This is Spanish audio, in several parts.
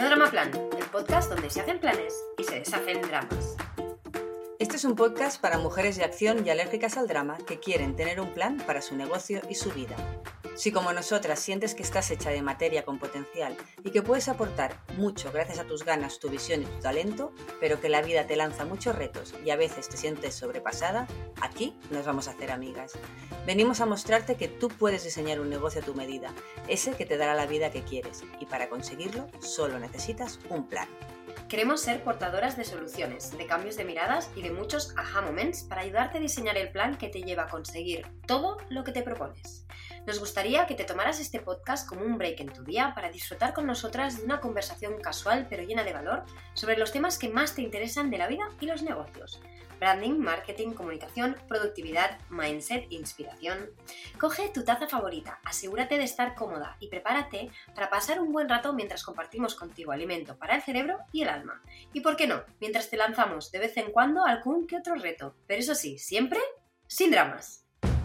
No Drama Plan, el podcast donde se hacen planes y se deshacen dramas. Este es un podcast para mujeres de acción y alérgicas al drama que quieren tener un plan para su negocio y su vida. Si como nosotras sientes que estás hecha de materia con potencial y que puedes aportar mucho gracias a tus ganas, tu visión y tu talento, pero que la vida te lanza muchos retos y a veces te sientes sobrepasada, aquí nos vamos a hacer amigas. Venimos a mostrarte que tú puedes diseñar un negocio a tu medida, ese que te dará la vida que quieres, y para conseguirlo solo necesitas un plan. Queremos ser portadoras de soluciones, de cambios de miradas y de muchos aha moments para ayudarte a diseñar el plan que te lleva a conseguir todo lo que te propones. Nos gustaría que te tomaras este podcast como un break en tu día para disfrutar con nosotras de una conversación casual pero llena de valor sobre los temas que más te interesan de la vida y los negocios. Branding, marketing, comunicación, productividad, mindset, inspiración. Coge tu taza favorita, asegúrate de estar cómoda y prepárate para pasar un buen rato mientras compartimos contigo alimento para el cerebro y el alma. Y por qué no, mientras te lanzamos de vez en cuando algún que otro reto, pero eso sí, siempre sin dramas.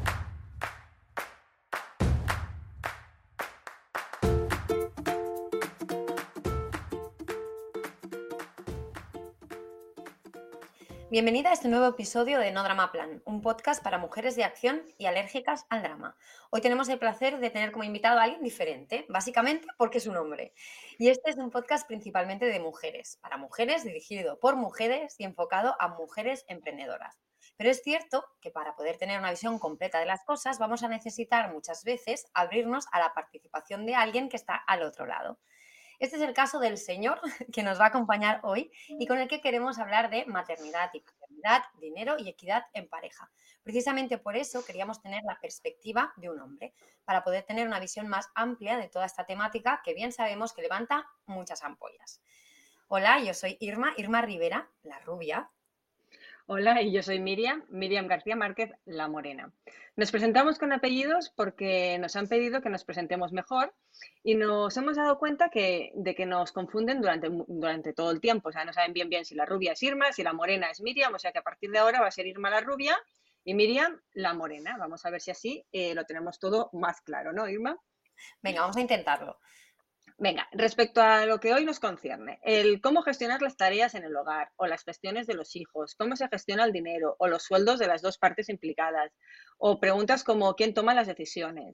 Bienvenida a este nuevo episodio de No Drama Plan, un podcast para mujeres de acción y alérgicas al drama. Hoy tenemos el placer de tener como invitado a alguien diferente, básicamente porque es un hombre. Y este es un podcast principalmente de mujeres, para mujeres, dirigido por mujeres y enfocado a mujeres emprendedoras. Pero es cierto que para poder tener una visión completa de las cosas vamos a necesitar muchas veces abrirnos a la participación de alguien que está al otro lado. Este es el caso del señor que nos va a acompañar hoy y con el que queremos hablar de maternidad y paternidad, dinero y equidad en pareja. Precisamente por eso queríamos tener la perspectiva de un hombre, para poder tener una visión más amplia de toda esta temática que bien sabemos que levanta muchas ampollas. Hola, yo soy Irma Rivera, la rubia. Hola, y yo soy Miriam García Márquez, la morena. Nos presentamos con apellidos porque nos han pedido que nos presentemos mejor y nos hemos dado cuenta de que nos confunden durante todo el tiempo. O sea, no saben bien si la rubia es Irma, si la morena es Miriam. O sea que a partir de ahora va a ser Irma la rubia y Miriam la morena. Vamos a ver si así lo tenemos todo más claro, ¿no, Irma? Venga, vamos a intentarlo. Venga, respecto a lo que hoy nos concierne, el cómo gestionar las tareas en el hogar o las gestiones de los hijos, cómo se gestiona el dinero o los sueldos de las dos partes implicadas, o preguntas como quién toma las decisiones,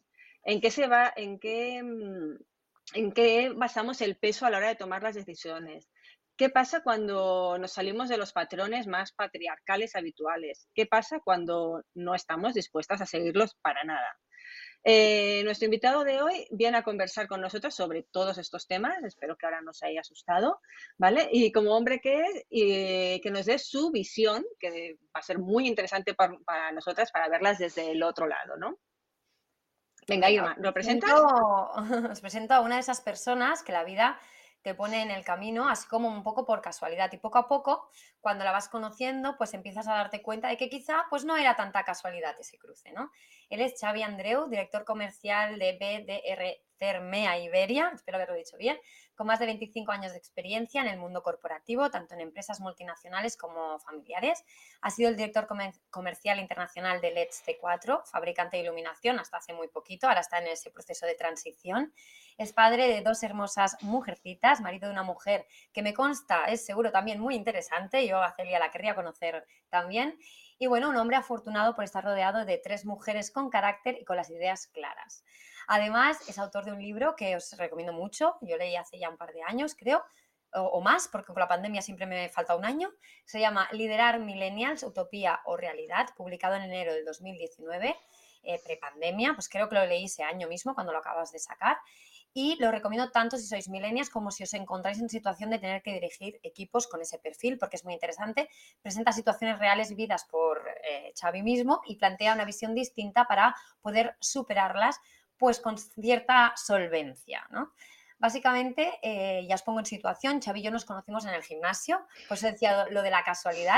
en qué basamos el peso a la hora de tomar las decisiones, qué pasa cuando nos salimos de los patrones más patriarcales habituales, qué pasa cuando no estamos dispuestas a seguirlos para nada. Nuestro invitado de hoy viene a conversar con nosotros sobre todos estos temas, espero que ahora no se haya asustado, ¿vale? Y como hombre que es, que nos dé su visión, que va a ser muy interesante para nosotras, para verlas desde el otro lado, ¿no? Venga, Irma, ¿lo presentas? Os presento a una de esas personas que la vida te pone en el camino, así como un poco por casualidad. Y poco a poco, cuando la vas conociendo, pues empiezas a darte cuenta de que quizá pues no era tanta casualidad ese cruce, ¿no? Él es Xavi Andreu, director comercial de BDR Cermea Iberia, espero haberlo dicho bien, con más de 25 años de experiencia en el mundo corporativo, tanto en empresas multinacionales como familiares. Ha sido el director comercial internacional de LEDs C4, fabricante de iluminación, hasta hace muy poquito, ahora está en ese proceso de transición. Es padre de dos hermosas mujercitas, marido de una mujer que me consta es seguro también muy interesante, yo a Celia la querría conocer también. Y bueno, un hombre afortunado por estar rodeado de 3 mujeres con carácter y con las ideas claras. Además, es autor de un libro que os recomiendo mucho, yo leí hace ya un par de años, creo, o más, porque con la pandemia siempre me falta un año. Se llama Liderar Millennials, Utopía o Realidad, publicado en enero del 2019, prepandemia, pues creo que lo leí ese año mismo, cuando lo acabas de sacar. Y lo recomiendo tanto si sois millennials como si os encontráis en situación de tener que dirigir equipos con ese perfil, porque es muy interesante. Presenta situaciones reales vividas por Xavi mismo y plantea una visión distinta para poder superarlas pues con cierta solvencia, ¿no? Básicamente, ya os pongo en situación, Xavi y yo nos conocimos en el gimnasio, pues decía lo de la casualidad,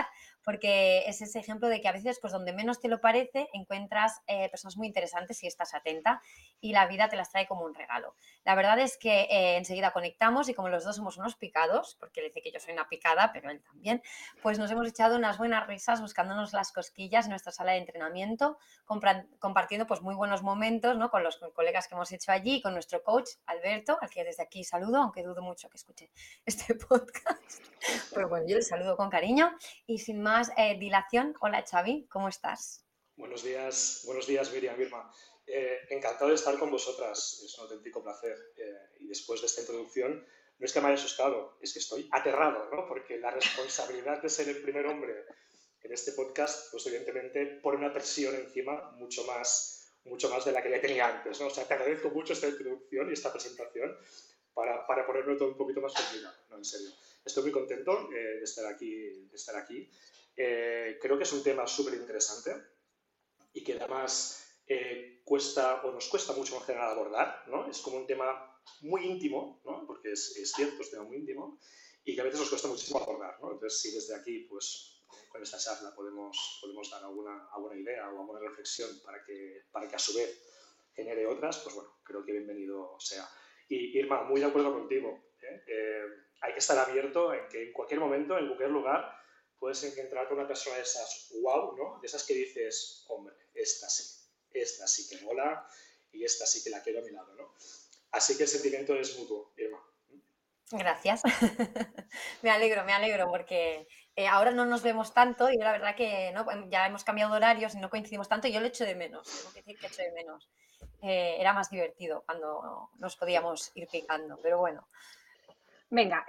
porque es ese ejemplo de que a veces, pues donde menos te lo parece, encuentras personas muy interesantes si estás atenta y la vida te las trae como un regalo. La verdad es que enseguida conectamos y como los dos somos unos picados, porque él dice que yo soy una picada, pero él también, pues nos hemos echado unas buenas risas buscándonos las cosquillas en nuestra sala de entrenamiento, compartiendo pues muy buenos momentos, ¿no? Con los colegas que hemos hecho allí, con nuestro coach Alberto, al que desde aquí saludo, aunque dudo mucho que escuche este podcast. Pero bueno, yo le saludo con cariño y sin más dilación. Hola Xavi, ¿cómo estás? Buenos días Miriam, Irma. Encantado de estar con vosotras, es un auténtico placer. Y después de esta introducción, no es que me haya asustado, es que estoy aterrado, ¿no? Porque la responsabilidad de ser el primer hombre en este podcast, pues evidentemente pone una presión encima mucho más de la que ya tenía antes, ¿no? O sea, te agradezco mucho esta introducción y esta presentación para ponerlo todo un poquito más complicado, no, en serio. Estoy muy contento de estar aquí. Creo que es un tema súper interesante y que además nos cuesta mucho en general abordar, ¿no? Es como un tema muy íntimo, ¿no? Porque es cierto, es un tema muy íntimo y que a veces nos cuesta muchísimo abordar, ¿no? Entonces, si desde aquí, pues, con esta charla podemos dar alguna idea o alguna reflexión para que a su vez genere otras, pues bueno, creo que bienvenido sea. Y Irma, muy de acuerdo contigo, ¿eh? Hay que estar abierto en que en cualquier momento, en cualquier lugar, puedes encontrar con una persona de esas wow, ¿no? De esas que dices, hombre, esta sí que mola y esta sí que la quiero a mi lado, ¿no? Así que el sentimiento es mutuo, Irma. Gracias. Me alegro porque ahora no nos vemos tanto y la verdad que ¿no? Ya hemos cambiado de horarios y no coincidimos tanto y yo lo echo de menos, tengo que decir que echo de menos. Era más divertido cuando nos podíamos ir picando, pero bueno. Venga,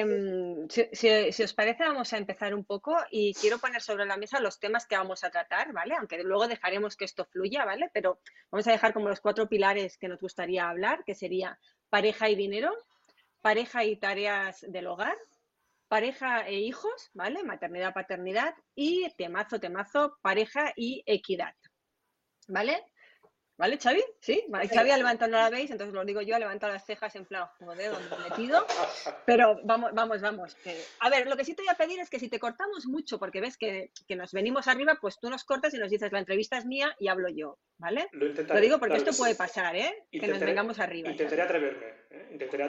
si os parece, vamos a empezar un poco y quiero poner sobre la mesa los temas que vamos a tratar, ¿vale? Aunque luego dejaremos que esto fluya, ¿vale? Pero vamos a dejar como los 4 pilares que nos gustaría hablar, que sería pareja y dinero, pareja y tareas del hogar, pareja e hijos, ¿vale? Maternidad, paternidad y temazo, pareja y equidad, ¿vale? ¿Vale, Xavi? ¿Sí? Vale, Xavi ha levantado, no la veis, entonces lo digo yo, ha levantado las cejas en plan, joder, ¿dónde me he metido? Pero vamos. A ver, lo que sí te voy a pedir es que si te cortamos mucho, porque ves que nos venimos arriba, pues tú nos cortas y nos dices, la entrevista es mía y hablo yo, ¿vale? Lo intentaré. Lo digo porque claro esto puede pasar, ¿eh? Que nos vengamos arriba. Intentaré atreverme, ¿eh?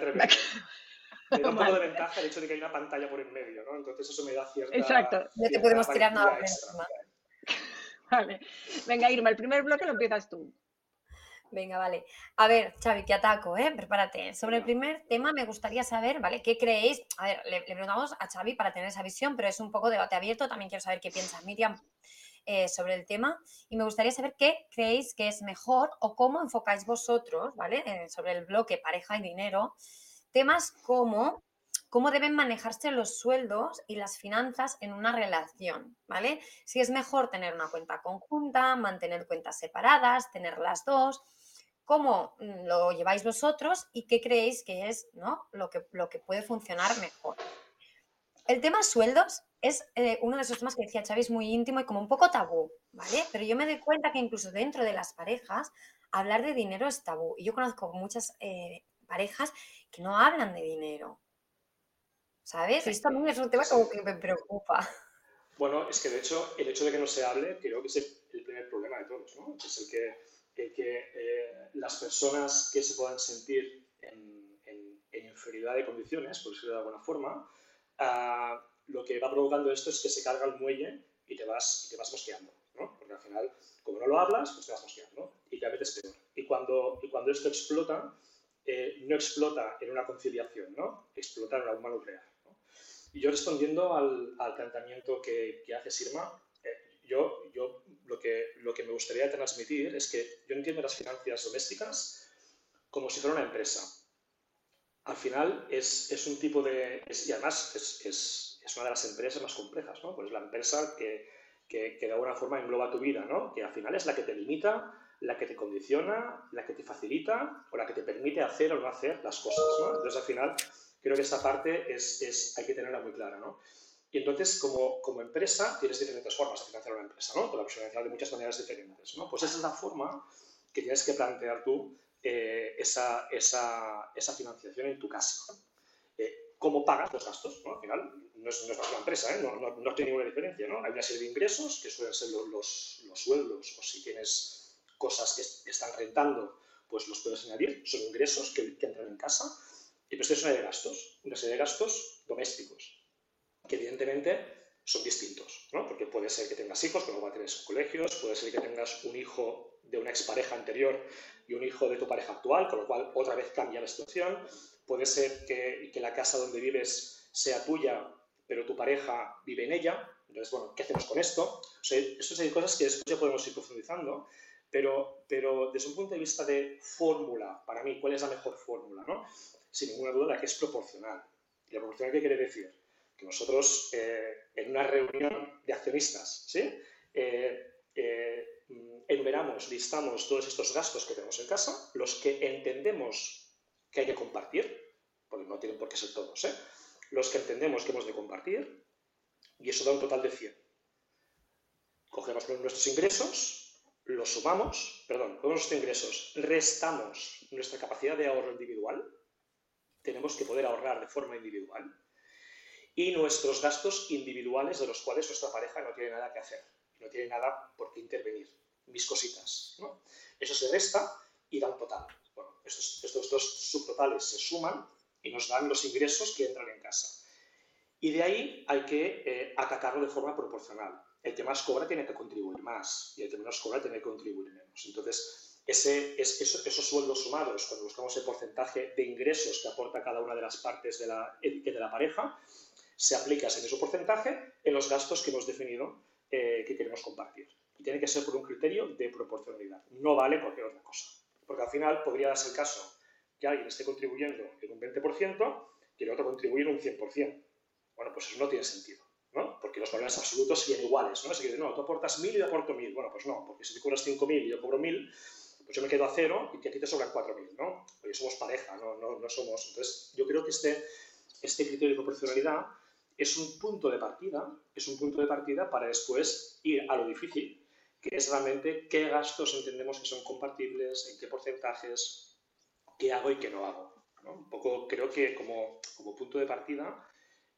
Me da un poco de ventaja el hecho de que hay una pantalla por en medio, ¿no? Entonces eso me da cierta... Exacto. No te podemos tirar nada extra. Vale. Venga, Irma, el primer bloque lo empiezas tú. Venga, vale. A ver, Xavi, te ataco, ¿eh? Prepárate. Sobre el primer tema me gustaría saber, ¿vale? ¿Qué creéis? A ver, le preguntamos a Xavi para tener esa visión, pero es un poco debate abierto. También quiero saber qué piensa Miriam sobre el tema. Y me gustaría saber qué creéis que es mejor o cómo enfocáis vosotros, ¿vale? Sobre el bloque pareja y dinero. Temas como cómo deben manejarse los sueldos y las finanzas en una relación, ¿vale? Si es mejor tener una cuenta conjunta, mantener cuentas separadas, tener las dos. ¿Cómo lo lleváis vosotros y qué creéis que es, ¿no? lo que puede funcionar mejor? El tema sueldos es uno de esos temas que decía Xavi, es muy íntimo y como un poco tabú, ¿vale? Pero yo me doy cuenta que incluso dentro de las parejas hablar de dinero es tabú. Y yo conozco muchas parejas que no hablan de dinero, ¿sabes? Y esto a mí es un tema como que me preocupa. Bueno, es que de hecho el hecho de que no se hable creo que es el primer problema de todos, ¿no? Es el que las personas que se puedan sentir en inferioridad de condiciones, por decirlo de alguna forma, lo que va provocando esto es que se carga el muelle y te vas mosqueando, ¿no? Porque al final, como no lo hablas, pues te vas mosqueando y cada vez es peor. Y cuando esto explota, no explota en una conciliación, ¿no? Explota en una bomba nuclear, ¿no? Y yo respondiendo al planteamiento que hace Irma, yo lo que me gustaría transmitir es que yo entiendo las finanzas domésticas como si fuera una empresa. Al final es un tipo de... y además es una de las empresas más complejas, ¿no? Pues es la empresa que de alguna forma engloba tu vida, ¿no? Que al final es la que te limita, la que te condiciona, la que te facilita o la que te permite hacer o no hacer las cosas, ¿no? Entonces, al final, creo que esta parte hay que tenerla muy clara, ¿no? Y entonces, como empresa, tienes diferentes formas de financiar una empresa, ¿no? Tú la puedes financiar de muchas maneras diferentes, ¿no? Pues esa es la forma que tienes que plantear tú esa financiación en tu casa. ¿Cómo pagas los gastos? ¿No? Al final, no es una empresa, no tiene ninguna diferencia, ¿no? Hay una serie de ingresos que suelen ser los sueldos, o si tienes cosas que están rentando, pues los puedes añadir, son ingresos que entran en casa, y pues tienes una serie de gastos domésticos, que evidentemente son distintos, ¿no? Porque puede ser que tengas hijos, con lo cual tienes colegios, puede ser que tengas un hijo de una expareja anterior y un hijo de tu pareja actual, con lo cual otra vez cambia la situación. Puede ser que la casa donde vives sea tuya, pero tu pareja vive en ella. Entonces, bueno, ¿qué hacemos con esto? O sea, eso son cosas que después ya podemos ir profundizando, pero desde un punto de vista de fórmula, para mí, ¿cuál es la mejor fórmula, no? Sin ninguna duda, la que es proporcional. ¿Y la proporcional qué quiere decir? Que nosotros en una reunión de accionistas, ¿sí? Enumeramos, listamos todos estos gastos que tenemos en casa, los que entendemos que hay que compartir, porque no tienen por qué ser todos, los que entendemos que hemos de compartir, y eso da un total de 100. Cogemos nuestros ingresos, los sumamos, cogemos nuestros ingresos, restamos nuestra capacidad de ahorro individual, tenemos que poder ahorrar de forma individual, y nuestros gastos individuales de los cuales nuestra pareja no tiene nada que hacer, no tiene nada por qué intervenir, mis cositas, ¿no? Eso se resta y da un total. Bueno, estos dos subtotales se suman y nos dan los ingresos que entran en casa. Y de ahí hay que atacarlo de forma proporcional. El que más cobra tiene que contribuir más y el que menos cobra tiene que contribuir menos. Entonces, esos sueldos sumados, cuando buscamos el porcentaje de ingresos que aporta cada una de las partes de la pareja, se aplica ese mismo porcentaje en los gastos que hemos definido que queremos compartir. Y tiene que ser por un criterio de proporcionalidad. No vale cualquier otra cosa. Porque al final podría darse el caso que alguien esté contribuyendo en un 20% y el otro contribuir un 100%. Bueno, pues eso no tiene sentido, ¿no? Porque los valores absolutos serían iguales, ¿no? Si no, tú aportas 1.000 y yo aporto 1.000. Bueno, pues no, porque si tú cobras 5.000 y yo cobro 1.000, pues yo me quedo a cero y que aquí te sobran 4.000, ¿no? Porque somos pareja, no somos. Entonces, yo creo que este criterio de proporcionalidad es un punto de partida para después ir a lo difícil, que es realmente qué gastos entendemos que son compartibles, en qué porcentajes, qué hago y qué no hago, ¿no? Un poco creo que como punto de partida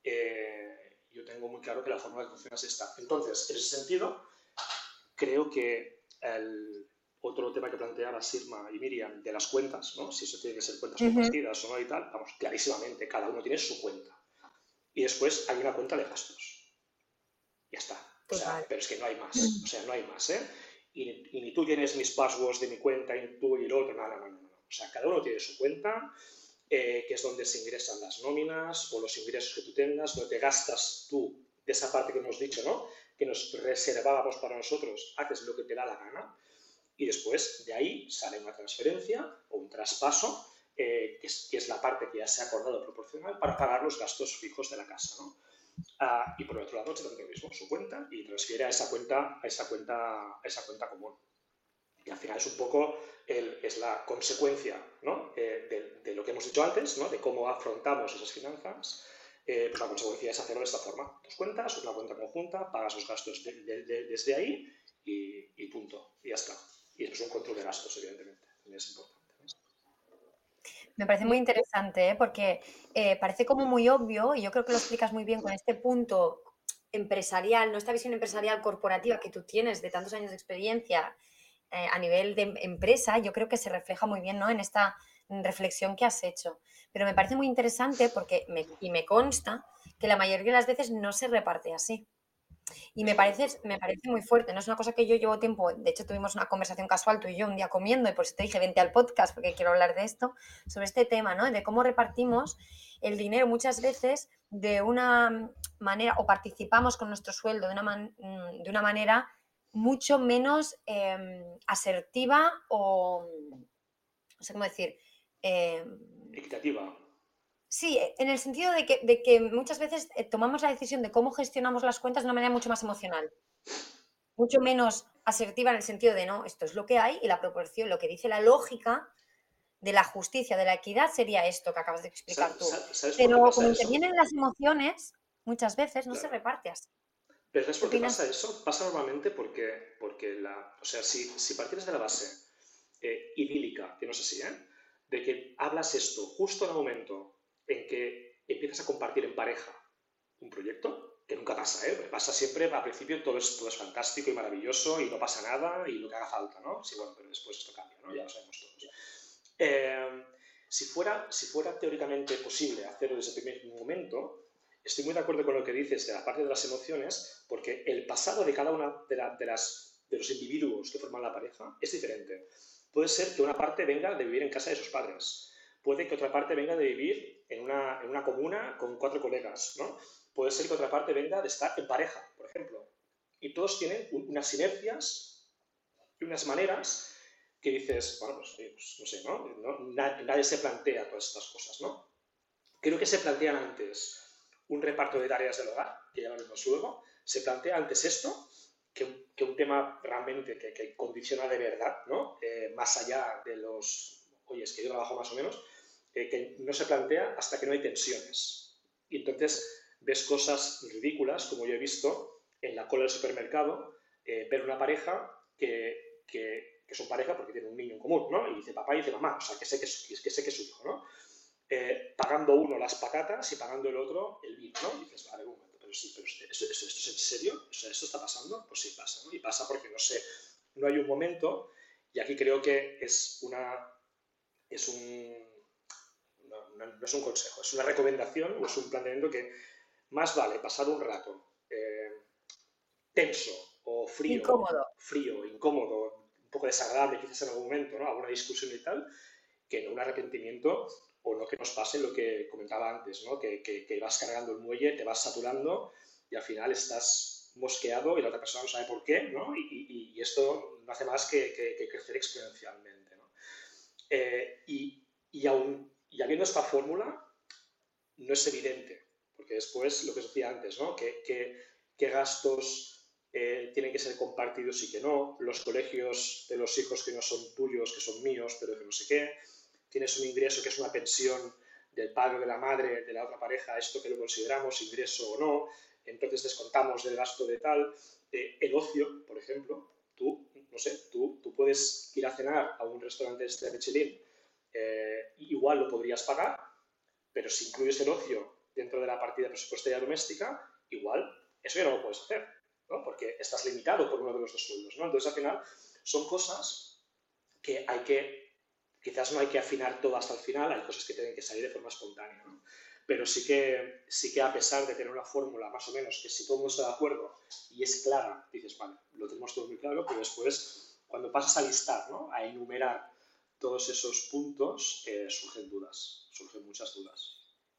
yo tengo muy claro que la forma de funciona es esta. Entonces, en ese sentido, creo que el otro tema que planteaba Sirma y Miriam de las cuentas, ¿no? Si eso tiene que ser cuentas compartidas o no y tal, vamos, clarísimamente, cada uno tiene su cuenta. Y después hay una cuenta de gastos. Ya está. O sea, pero es que no hay más. O sea, no hay más, ¿eh? Y ni tú tienes mis passwords de mi cuenta y tú y el otro. No. O sea, cada uno tiene su cuenta, que es donde se ingresan las nóminas o los ingresos que tú tengas, donde te gastas tú de esa parte que hemos dicho, ¿no? Que nos reservábamos para nosotros, haces lo que te da la gana. Y después de ahí sale una transferencia o un traspaso, que es la parte que ya se ha acordado proporcional para pagar los gastos fijos de la casa, ¿no? Y por otro lado, también lo mismo, su cuenta y transfiere a esa cuenta común. Y al final es un poco es la consecuencia, ¿no? de lo que hemos dicho antes, ¿no? De cómo afrontamos esas finanzas. Pues la consecuencia es hacerlo de esta forma. Dos cuentas, una cuenta conjunta, pagas los gastos desde ahí y punto. Y ya está. Y eso es un control de gastos, evidentemente. También es importante. Me parece muy interesante, porque parece como muy obvio, y yo creo que lo explicas muy bien con este punto empresarial, ¿no? Esta visión empresarial corporativa que tú tienes de tantos años de experiencia a nivel de empresa, yo creo que se refleja muy bien, ¿no? En esta reflexión que has hecho. Pero me parece muy interesante porque me consta que la mayoría de las veces no se reparte así. Y me parece muy fuerte, no es una cosa que yo llevo tiempo, de hecho tuvimos una conversación casual tú y yo un día comiendo y por eso te dije vente al podcast porque quiero hablar de esto, sobre este tema, ¿no? De cómo repartimos el dinero muchas veces de una manera o participamos con nuestro sueldo de una manera mucho menos asertiva o, no sé cómo decir, equitativa. Sí, en el sentido de que muchas veces tomamos la decisión de cómo gestionamos las cuentas de una manera mucho más emocional, mucho menos asertiva en el sentido de no, esto es lo que hay y la proporción, lo que dice la lógica de la justicia, de la equidad, sería esto que acabas de explicar tú. Pero como intervienen las emociones, muchas veces no se reparte así. Pero ¿sabes por qué pasa eso? Pasa normalmente porque o sea, si partieras de la base idílica, que no es así, de que hablas esto justo en el momento en que empiezas a compartir en pareja un proyecto, que nunca pasa, ¿eh? Pasa siempre, al principio todo es fantástico y maravilloso y no pasa nada y lo que haga falta, ¿no? Sí, bueno, pero después esto cambia, ¿no? Ya lo sabemos todos. Si fuera teóricamente posible hacerlo desde el primer momento, estoy muy de acuerdo con lo que dices de la parte de las emociones, porque el pasado de cada una de los individuos que forman la pareja es diferente. Puede ser que una parte venga de vivir en casa de sus padres, puede que otra parte venga de vivir en una comuna con 4 colegas, ¿no? Puede ser que otra parte venga de estar en pareja, por ejemplo. Y todos tienen unas sinergias y unas maneras que dices, bueno, pues no sé, ¿no? Nadie se plantea todas estas cosas, ¿no? Creo que se plantean antes un reparto de tareas del hogar, que ya lo veremos luego, se plantea antes esto que un tema realmente que condiciona de verdad, ¿no? Más allá de oye, es que yo trabajo más o menos, que no se plantea hasta que no hay tensiones. Y entonces ves cosas ridículas, como yo he visto en la cola del supermercado, ver una pareja que son pareja porque tienen un niño en común, ¿no? Y dice papá y dice mamá, o sea, que sé que es su hijo, ¿no? Pagando uno las patatas y pagando el otro el vino, ¿no? Y dices, vale, un momento, pero ¿esto es en serio? O sea, ¿esto está pasando? Pues sí pasa, ¿no? Y pasa porque, no sé, no hay un momento, y aquí creo que no es un consejo, es una recomendación o es un planteamiento que más vale pasar un rato tenso o frío, incómodo, un poco desagradable quizás en algún momento, ¿no? Alguna discusión y tal, que no un arrepentimiento o no que nos pase lo que comentaba antes, ¿no? Que vas cargando el muelle, te vas saturando y al final estás mosqueado y la otra persona no sabe por qué, ¿no? Y esto no hace más que crecer exponencialmente, ¿no? Y habiendo esta fórmula, no es evidente, porque después, lo que os decía antes, ¿no? ¿Qué gastos tienen que ser compartidos y que no? Los colegios de los hijos que no son tuyos, que son míos, pero que no sé qué. Tienes un ingreso que es una pensión del padre o de la madre de la otra pareja, esto que lo consideramos ingreso o no, entonces descontamos del gasto de tal. El ocio, por ejemplo, tú puedes ir a cenar a un restaurante de Michelin, igual lo podrías pagar, pero si incluyes el ocio dentro de la partida presupuestaria doméstica, igual eso ya no lo puedes hacer, ¿no? Porque estás limitado por uno de los dos sueldos, ¿no? Entonces, al final, son cosas que quizás no hay que afinar todo hasta el final, hay cosas que tienen que salir de forma espontánea, ¿no? Pero sí que a pesar de tener una fórmula más o menos que si todo el mundo está de acuerdo y es clara, dices, vale, lo tenemos todo muy claro, pero después, cuando pasas a listar, ¿no? A enumerar todos esos puntos, surgen dudas, surgen muchas dudas.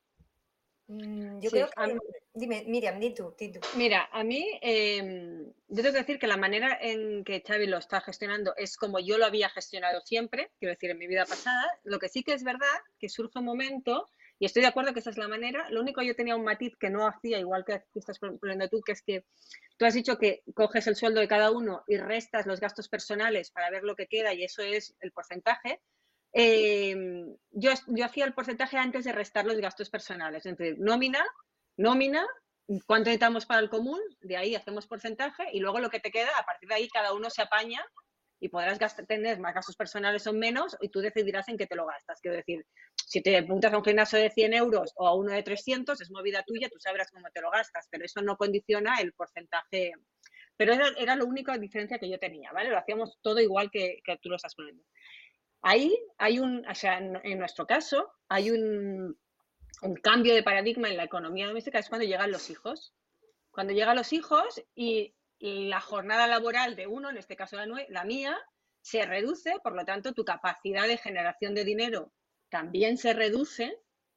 Yo creo que... Dime, Miriam, di tú. Mira, a mí, yo tengo que decir que la manera en que Xavi lo está gestionando es como yo lo había gestionado siempre, quiero decir, en mi vida pasada. Lo que sí que es verdad, que surge un momento, y estoy de acuerdo que esa es la manera, lo único yo tenía un matiz que no hacía, igual que estás poniendo tú, que es que tú has dicho que coges el sueldo de cada uno y restas los gastos personales para ver lo que queda y eso es el porcentaje. Yo hacía el porcentaje antes de restar los gastos personales, es decir, nómina, cuánto necesitamos para el común, de ahí hacemos porcentaje y luego lo que te queda, a partir de ahí cada uno se apaña y podrás tener más gastos personales o menos y tú decidirás en qué te lo gastas. Quiero decir, si te apuntas a un gimnasio de 100 euros o a uno de 300, es movida tuya, tú sabrás cómo te lo gastas, pero eso no condiciona el porcentaje. Pero era la única diferencia que yo tenía, ¿vale? Lo hacíamos todo igual que tú lo estás poniendo. Ahí hay o sea, en nuestro caso, hay un cambio de paradigma en la economía doméstica, es cuando llegan los hijos. Cuando llegan los hijos y la jornada laboral de uno, en este caso la mía, se reduce, por lo tanto, tu capacidad de generación de dinero también se reduce,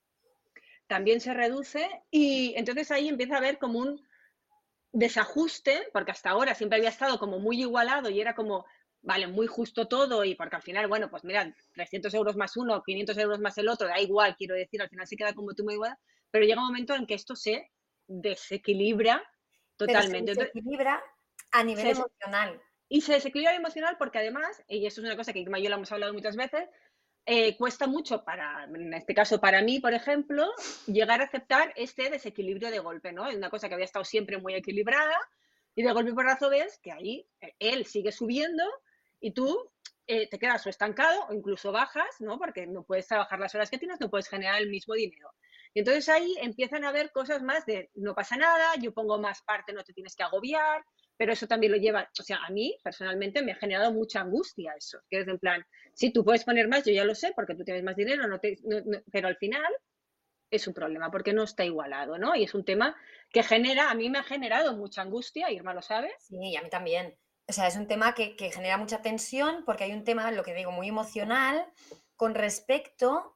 y entonces ahí empieza a haber como un desajuste, porque hasta ahora siempre había estado como muy igualado y era como, vale, muy justo todo, y porque al final, bueno, pues mira, 300 euros más uno, 500 euros más el otro, da igual, quiero decir, al final se queda como tú muy igual, pero llega un momento en que esto se desequilibra totalmente. Pero se desequilibra a nivel emocional. Y se desequilibra emocional porque además, y esto es una cosa que Irma y yo lo hemos hablado muchas veces, cuesta mucho en este caso para mí, por ejemplo, llegar a aceptar este desequilibrio de golpe, ¿no? Es una cosa que había estado siempre muy equilibrada y de golpe y porrazo ves que ahí él sigue subiendo y tú te quedas o estancado o incluso bajas, ¿no? Porque no puedes trabajar las horas que tienes, no puedes generar el mismo dinero. Y entonces ahí empiezan a haber cosas más de no pasa nada, yo pongo más parte, no te tienes que agobiar, pero eso también lo lleva, o sea, a mí personalmente me ha generado mucha angustia eso, que es en plan, sí, tú puedes poner más, yo ya lo sé, porque tú tienes más dinero, pero al final es un problema, porque no está igualado, ¿no? Y es un tema que a mí me ha generado mucha angustia, Irma lo sabe. Sí, y a mí también. O sea, es un tema que genera mucha tensión porque hay un tema, lo que digo, muy emocional con respecto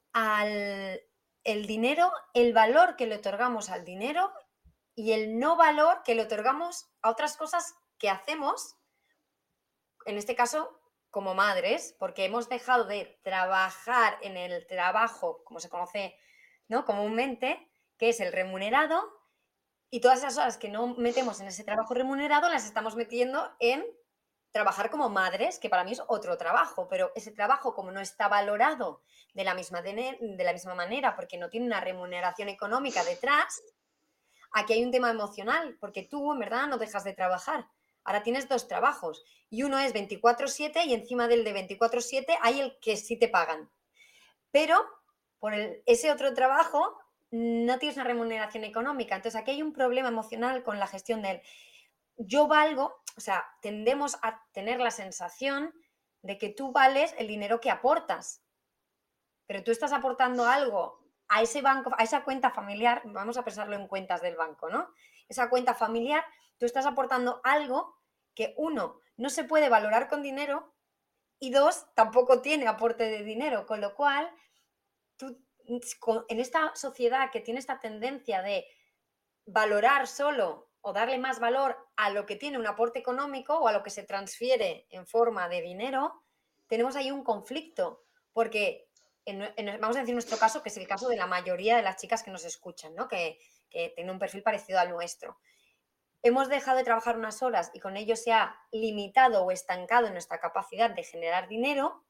al el dinero, el valor que le otorgamos al dinero y el no valor que le otorgamos a otras cosas que hacemos, en este caso como madres, porque hemos dejado de trabajar en el trabajo, como se conoce, ¿no?, comúnmente, que es el remunerado, y todas esas horas que no metemos en ese trabajo remunerado las estamos metiendo en trabajar como madres, que para mí es otro trabajo, pero ese trabajo, como no está valorado de la misma manera, porque no tiene una remuneración económica detrás, aquí hay un tema emocional, porque tú en verdad no dejas de trabajar. Ahora tienes dos trabajos y uno es 24/7 y encima del de 24/7 hay el que sí te pagan. Pero por ese otro trabajo no tienes una remuneración económica. Entonces aquí hay un problema emocional con la gestión del yo valgo, o sea, tendemos a tener la sensación de que tú vales el dinero que aportas, pero tú estás aportando algo a ese banco, a esa cuenta familiar, vamos a pensarlo en cuentas del banco, ¿no? Esa cuenta familiar, tú estás aportando algo que uno, no se puede valorar con dinero y dos, tampoco tiene aporte de dinero, con lo cual tú, en esta sociedad que tiene esta tendencia de valorar solo o darle más valor a lo que tiene un aporte económico o a lo que se transfiere en forma de dinero, tenemos ahí un conflicto, porque vamos a decir nuestro caso, que es el caso de la mayoría de las chicas que nos escuchan, ¿no?, que tienen un perfil parecido al nuestro. Hemos dejado de trabajar unas horas y con ello se ha limitado o estancado nuestra capacidad de generar dinero,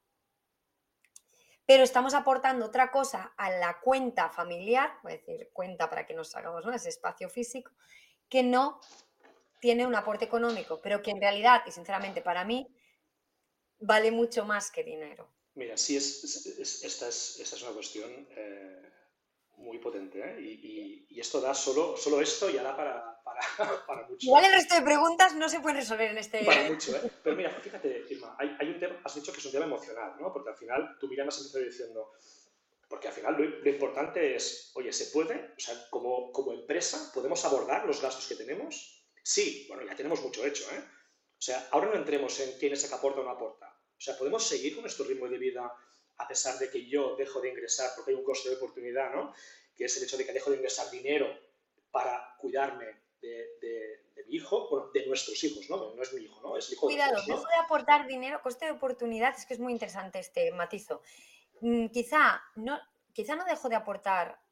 pero estamos aportando otra cosa a la cuenta familiar, voy a decir cuenta para que nos hagamos, ¿no?, ese espacio físico, que no tiene un aporte económico, pero que en realidad, y sinceramente para mí, vale mucho más que dinero. Mira, sí, esta es una cuestión muy potente, ¿eh? Y esto da solo esto ya da para mucho, Igual ¿eh? el resto de preguntas no se pueden resolver en Para este... mucho, ¿eh? Pero mira, fíjate, Irma, hay un tema, has dicho que es un tema emocional, ¿no? Porque al final tú miras has empezado diciendo, porque al final lo importante es, oye, ¿se puede? O sea, como empresa, ¿podemos abordar los gastos que tenemos? Sí, bueno, ya tenemos mucho hecho, ¿eh? O sea, ahora no entremos en quién es el que aporta o no aporta. O sea, podemos seguir con nuestro ritmo de vida a pesar de que yo dejo de ingresar, porque hay un coste de oportunidad, ¿no? Que es el hecho de que dejo de ingresar dinero para cuidarme de mi hijo, bueno, de nuestros hijos, ¿no? No es mi hijo, ¿no? Es el hijo de los Cuidado, dos, dejo ¿no? de aportar dinero, coste de oportunidad, es que es muy interesante este matizo. Quizá no dejo de aportar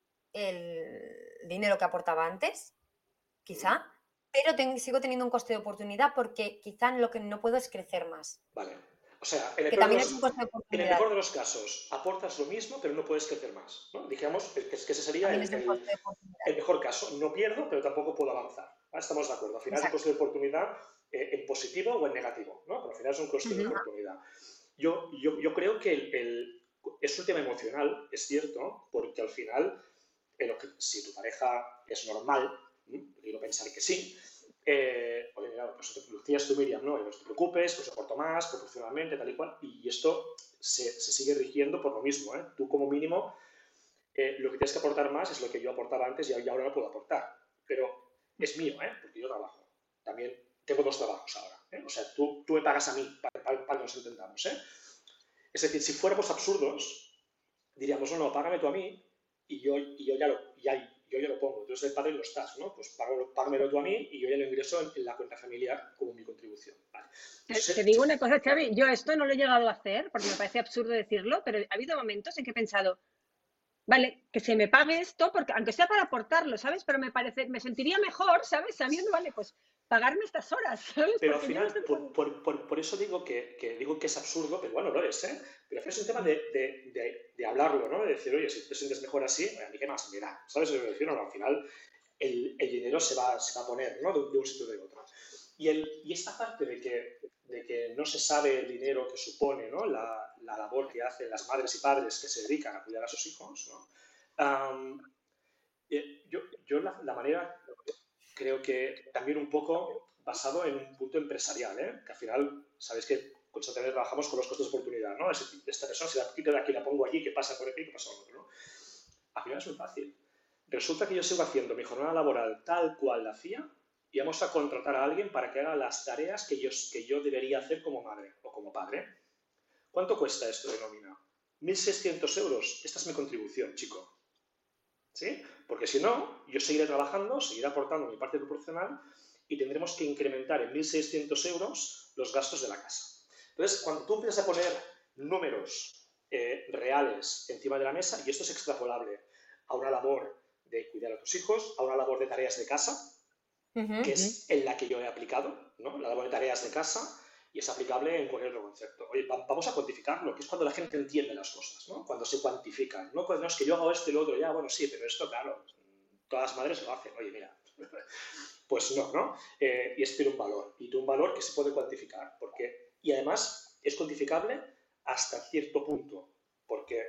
el dinero que aportaba antes, Mm, quizá, pero sigo teniendo un coste de oportunidad porque quizá lo que no puedo es crecer más, vale. O sea, que también es un coste de en el oportunidad, mejor de los casos, aportas lo mismo, pero no puedes crecer más, ¿no? Digamos que ese sería también es un coste de oportunidad. el mejor caso. No pierdo, pero tampoco puedo avanzar. ¿Vale? Estamos de acuerdo. Al final es un Exacto. coste de oportunidad en positivo o en negativo, ¿no? Pero al final es un coste de Ujú. oportunidad. Yo creo que es un tema emocional, es cierto, porque al final, si tu pareja es normal, quiero pensar que sí, oye, mira, pues te decías tú, Miriam, no te preocupes, pues aporto más, proporcionalmente, tal y cual, y esto se sigue rigiendo por lo mismo, ¿eh? Tú como mínimo, lo que tienes que aportar más es lo que yo aportaba antes y ahora no puedo aportar, pero es mío, ¿eh? Porque yo trabajo. También tengo dos trabajos ahora, ¿eh? O sea, tú me pagas a mí para que nos entendamos, ¿eh? Es decir, si fuéramos absurdos, diríamos, no, págame tú a mí y yo ya lo pongo. Entonces el padre no estás, ¿no? Pues págamelo tú a mí y yo ya lo ingreso en la cuenta familiar como mi contribución. Vale. Te digo una cosa, Xavi, yo esto no lo he llegado a hacer porque me parece absurdo decirlo, pero ha habido momentos en que he pensado, vale, que se me pague esto, porque aunque sea para aportarlo, ¿sabes? Pero me sentiría mejor, ¿sabes? Sabiendo, vale, pues pagarme estas horas, ¿sabes? Pero al Porque yo no final, estoy... por eso digo digo que es absurdo, pero bueno, lo es, ¿eh? Pero es un tema de hablarlo, ¿no? De decir, oye, si te sientes mejor así, a mí qué más me da, ¿sabes? Es decir, no, al final el dinero se va a poner, ¿no? De un sitio o de otro. Y esta parte de que no se sabe el dinero que supone, ¿no? La labor que hacen las madres y padres que se dedican a cuidar a sus hijos, ¿no? Am, yo la manera, creo que también un poco basado en un punto empresarial, ¿eh? Que al final, sabéis que constantemente trabajamos con los costos de oportunidad, ¿no? Esta persona, si la quito de aquí, la pongo allí, ¿qué pasa por aquí? ¿Qué pasa con otro? ¿No? Al final es muy fácil. Resulta que yo sigo haciendo mi jornada laboral tal cual la hacía y vamos a contratar a alguien para que haga las tareas que yo debería hacer como madre o como padre. ¿Cuánto cuesta esto de nómina? 1.600 euros. Esta es mi contribución, chico. ¿Sí? Porque si no, yo seguiré trabajando, seguiré aportando mi parte proporcional y tendremos que incrementar en 1.600 euros los gastos de la casa. Entonces, cuando tú empiezas a poner números reales encima de la mesa, y esto es extrapolable a una labor de cuidar a tus hijos, a una labor de tareas de casa, que es en la que yo he aplicado, ¿no? La labor de tareas de casa, y es aplicable en cualquier otro concepto. Oye, vamos a cuantificarlo, que es cuando la gente entiende las cosas, ¿no? Cuando se cuantifican. No, no es que yo hago esto y lo otro, ya, bueno, sí, pero esto, claro, todas las madres lo hacen. Oye, mira, pues no, ¿no? Y esto tiene un valor, y tiene un valor que se puede cuantificar, y además es cuantificable hasta cierto punto, porque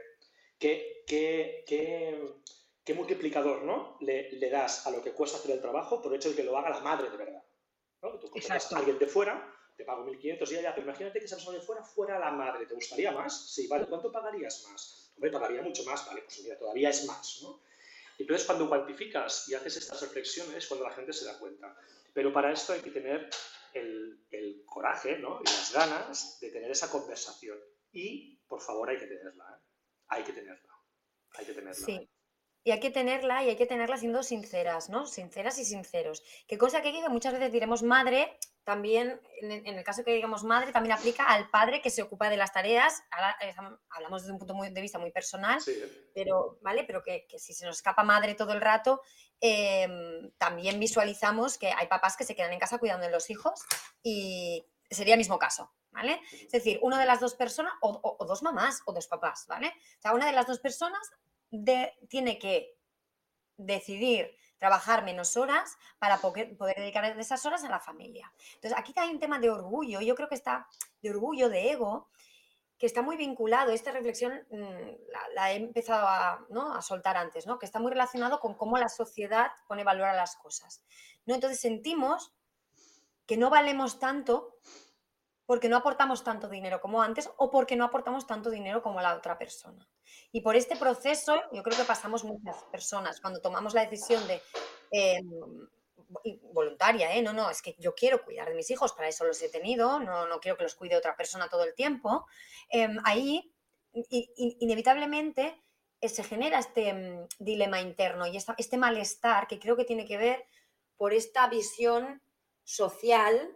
¿qué multiplicador, ¿no? le das a lo que cuesta hacer el trabajo por el hecho de que lo haga la madre de verdad, ¿no? Tú contratas a alguien de fuera, te pago 1.500 y ya, pero imagínate que esa persona de fuera fuera la madre. ¿Te gustaría más? Sí, vale. ¿Cuánto pagarías más? Hombre, pagaría mucho más. Vale, pues mira, todavía es más, ¿no? Entonces, cuando cuantificas y haces estas reflexiones, cuando la gente se da cuenta. Pero para esto hay que tener el coraje, ¿no? Y las ganas de tener esa conversación. Y, por favor, hay que tenerla, ¿eh? Hay que tenerla. Hay que tenerla. Sí. Y hay que tenerla siendo sinceras, ¿no? Sinceras y sinceros. Qué cosa que muchas veces diremos madre, también, en el caso que digamos madre, también aplica al padre que se ocupa de las tareas. Ahora, hablamos desde un punto de vista muy personal, Sí. pero, ¿vale? Pero que si se nos escapa madre todo el rato, también visualizamos que hay papás que se quedan en casa cuidando de los hijos y sería el mismo caso, ¿vale? Es decir, una de las dos personas, o dos mamás, o dos papás, ¿vale? O sea, una de las dos personas tiene que decidir trabajar menos horas para poder dedicar esas horas a la familia. Entonces, aquí hay un tema de orgullo, yo creo que está de orgullo, de ego, que está muy vinculado. Esta reflexión la he empezado a soltar antes, ¿no? Que está muy relacionado con cómo la sociedad pone valor a las cosas, ¿no? Entonces sentimos que no valemos tanto porque no aportamos tanto dinero como antes o porque no aportamos tanto dinero como la otra persona. Y por este proceso, yo creo que pasamos muchas personas cuando tomamos la decisión de voluntaria, no, es que yo quiero cuidar de mis hijos, para eso los he tenido, no quiero que los cuide otra persona todo el tiempo. Ahí, inevitablemente, se genera este dilema interno y este malestar que creo que tiene que ver por esta visión social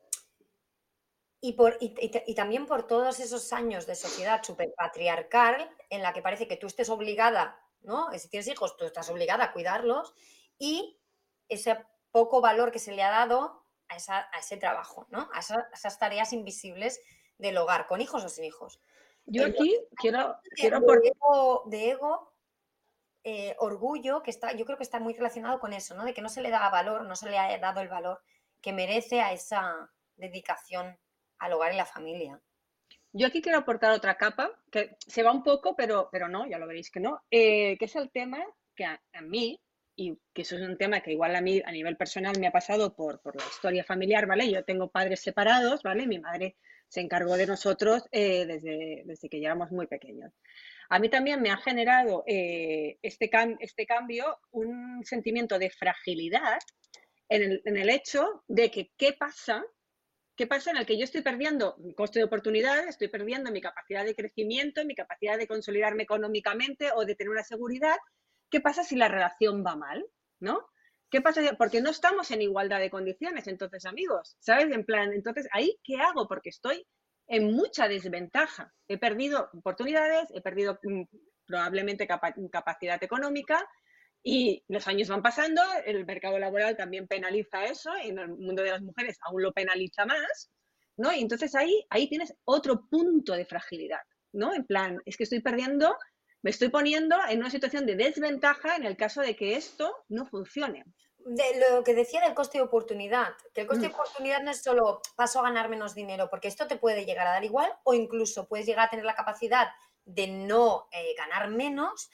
y también por todos esos años de sociedad superpatriarcal en la que parece que tú estés obligada, ¿no? Si tienes hijos, tú estás obligada a cuidarlos y ese poco valor que se le ha dado a ese trabajo, ¿no? A esas tareas invisibles del hogar, con hijos o sin hijos. Yo aquí quiero de ego, orgullo, yo creo que está muy relacionado con eso, ¿no? De que no se le da valor, no se le ha dado el valor que merece a esa dedicación al hogar y la familia. Yo aquí quiero aportar otra capa, que se va un poco, pero no, ya lo veréis que no, que es el tema que a mí, y que eso es un tema que igual a mí a nivel personal me ha pasado por la historia familiar, ¿vale? Yo tengo padres separados, ¿vale? Mi madre se encargó de nosotros desde que ya éramos muy pequeños. A mí también me ha generado este cambio un sentimiento de fragilidad en el hecho de que ¿qué pasa en el que yo estoy perdiendo mi coste de oportunidad, estoy perdiendo mi capacidad de crecimiento, mi capacidad de consolidarme económicamente o de tener una seguridad? ¿Qué pasa si la relación va mal? ¿No? ¿Qué pasa? Porque no estamos en igualdad de condiciones, entonces, amigos, ¿sabes? En plan, entonces, ¿ahí qué hago? Porque estoy en mucha desventaja. He perdido oportunidades, he perdido probablemente capacidad económica. Y los años van pasando, el mercado laboral también penaliza eso, y en el mundo de las mujeres aún lo penaliza más, ¿no? Y entonces ahí tienes otro punto de fragilidad, ¿no? En plan, es que me estoy poniendo en una situación de desventaja en el caso de que esto no funcione. De lo que decía del coste de oportunidad, que el coste de oportunidad no es solo paso a ganar menos dinero, porque esto te puede llegar a dar igual o incluso puedes llegar a tener la capacidad de no ganar menos,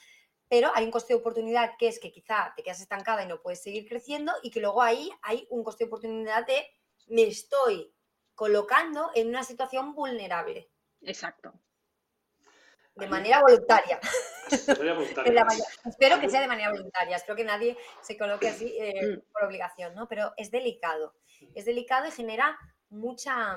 pero hay un coste de oportunidad que es que quizá te quedas estancada y no puedes seguir creciendo, y que luego ahí hay un coste de oportunidad de me estoy colocando en una situación vulnerable. Exacto. De manera voluntaria. De manera voluntaria. Espero que sea de manera voluntaria, espero que nadie se coloque así por obligación, ¿no? Pero es delicado y genera mucha...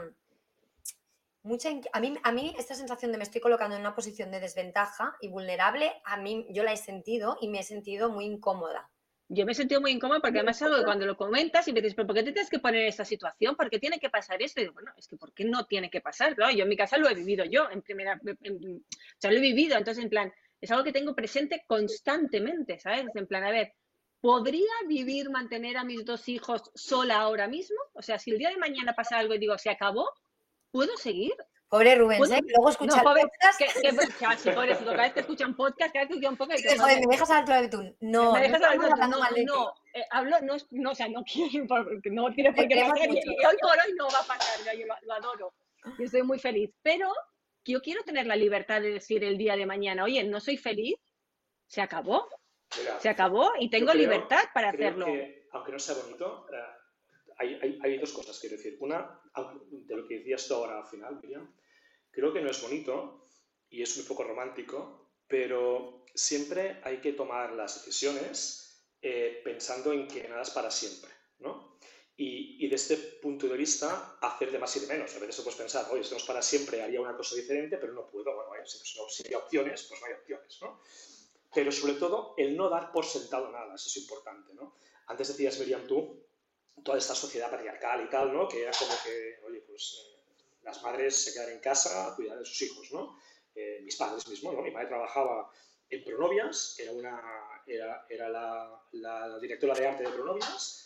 A mí esta sensación de me estoy colocando en una posición de desventaja y vulnerable, a mí yo la he sentido y me he sentido muy incómoda. Yo me he sentido muy incómoda porque además es algo que cuando lo comentas y me dices, ¿pero por qué te tienes que poner en esta situación? ¿Por qué tiene que pasar esto? Y digo, bueno, es que ¿por qué no tiene que pasar? Claro, yo en mi casa lo he vivido yo, o sea, lo he vivido, entonces en plan, es algo que tengo presente constantemente, ¿sabes? En plan, a ver, ¿podría mantener a mis 2 hijos sola ahora mismo? O sea, si el día de mañana pasa algo y digo, ¿se acabó? ¿Puedo seguir? Pobre Rubens, ¿eh? Luego escucha el podcast. Sí, pobrecito, cada vez que escuchan podcast, cada vez que escuchan podcast... Joder, me dejas hablar de tú. No, me dejas hablar de tú. No, hablo, no, o sea, no quiero, porque no tiene por qué pasar, y hoy por hoy no va a pasar, yo lo adoro, y estoy muy feliz, pero yo quiero tener la libertad de decir el día de mañana, oye, no soy feliz, se acabó, se acabó y tengo libertad para hacerlo. Que, aunque no sea bonito, hay 2 cosas, quiero decir. Una, de lo que decías tú ahora al final, Miriam, creo que no es bonito y es un poco romántico, pero siempre hay que tomar las decisiones pensando en que nada es para siempre, ¿no? Y desde este punto de vista, hacer de más y de menos. A veces puedes pensar, oye, si no es para siempre, haría una cosa diferente, pero no puedo. Bueno, si hay opciones, pues no hay opciones, ¿no? Pero sobre todo, el no dar por sentado nada, eso es importante, ¿no? Antes decías, Miriam, tú, toda esta sociedad patriarcal y tal, ¿no? Que era como que, oye, pues las madres se quedan en casa a cuidar de sus hijos, ¿no? Mis padres mismos, ¿no? Mi madre trabajaba en Pronovias, era la directora de arte de Pronovias,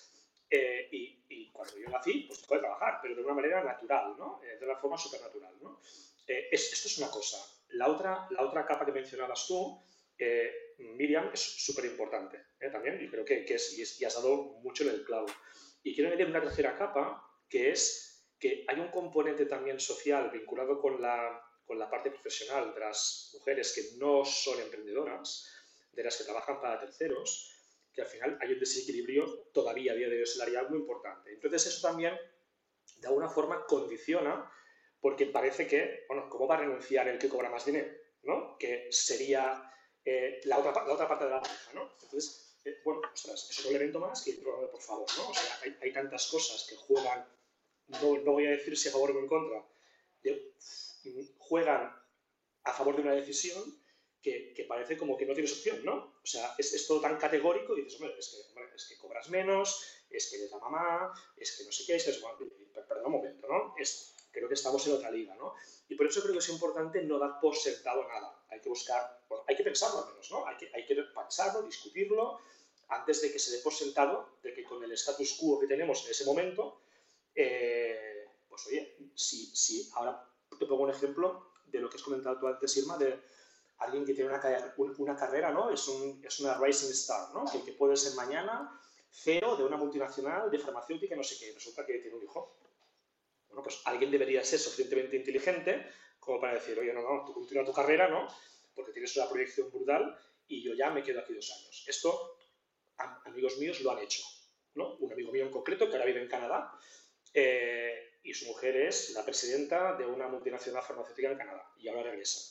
y cuando yo nací, pues dejó de trabajar, pero de una manera natural, ¿no? De una forma supernatural, ¿no? Esto es una cosa. La otra capa que mencionabas tú, Miriam, es súper importante también, y creo que y has dado mucho en el clavo. Y quiero añadir una tercera capa, que es que hay un componente también social vinculado con la parte profesional de las mujeres que no son emprendedoras, de las que trabajan para terceros, que al final hay un desequilibrio todavía a día de hoy salarial muy importante. Entonces eso también, de alguna forma, condiciona, porque parece que, bueno, ¿cómo va a renunciar el que cobra más dinero? ¿No? Que sería la otra parte de la pareja, ¿no? Entonces, bueno, ostras, es otro elemento más que, por favor, ¿no? O sea, hay tantas cosas que juegan, no voy a decir si a favor o en contra, juegan a favor de una decisión que parece como que no tienes opción, ¿no? O sea, es todo tan categórico y dices, hombre, es que cobras menos, es que eres la mamá, es que no sé qué, perdón un momento, ¿no? Creo que estamos en otra liga, ¿no? Y por eso creo que es importante no dar por sentado nada. Hay que buscar, bueno, hay que pensarlo al menos, ¿no? Hay que pensarlo, discutirlo, antes de que se dé por sentado de que con el status quo que tenemos en ese momento, pues oye, si ahora te pongo un ejemplo de lo que has comentado tú antes, Irma, de alguien que tiene una carrera, ¿no? Es una rising star, ¿no? Que puede ser mañana CEO de una multinacional de farmacéutica, no sé qué, resulta que tiene un hijo. Bueno, pues alguien debería ser suficientemente inteligente como para decir, oye, no, tú continúa tu carrera, ¿no? Porque tienes una proyección brutal y yo ya me quedo aquí 2 años. Esto, amigos míos lo han hecho, ¿no? Un amigo mío en concreto que ahora vive en Canadá y su mujer es la presidenta de una multinacional farmacéutica en Canadá y ahora regresa.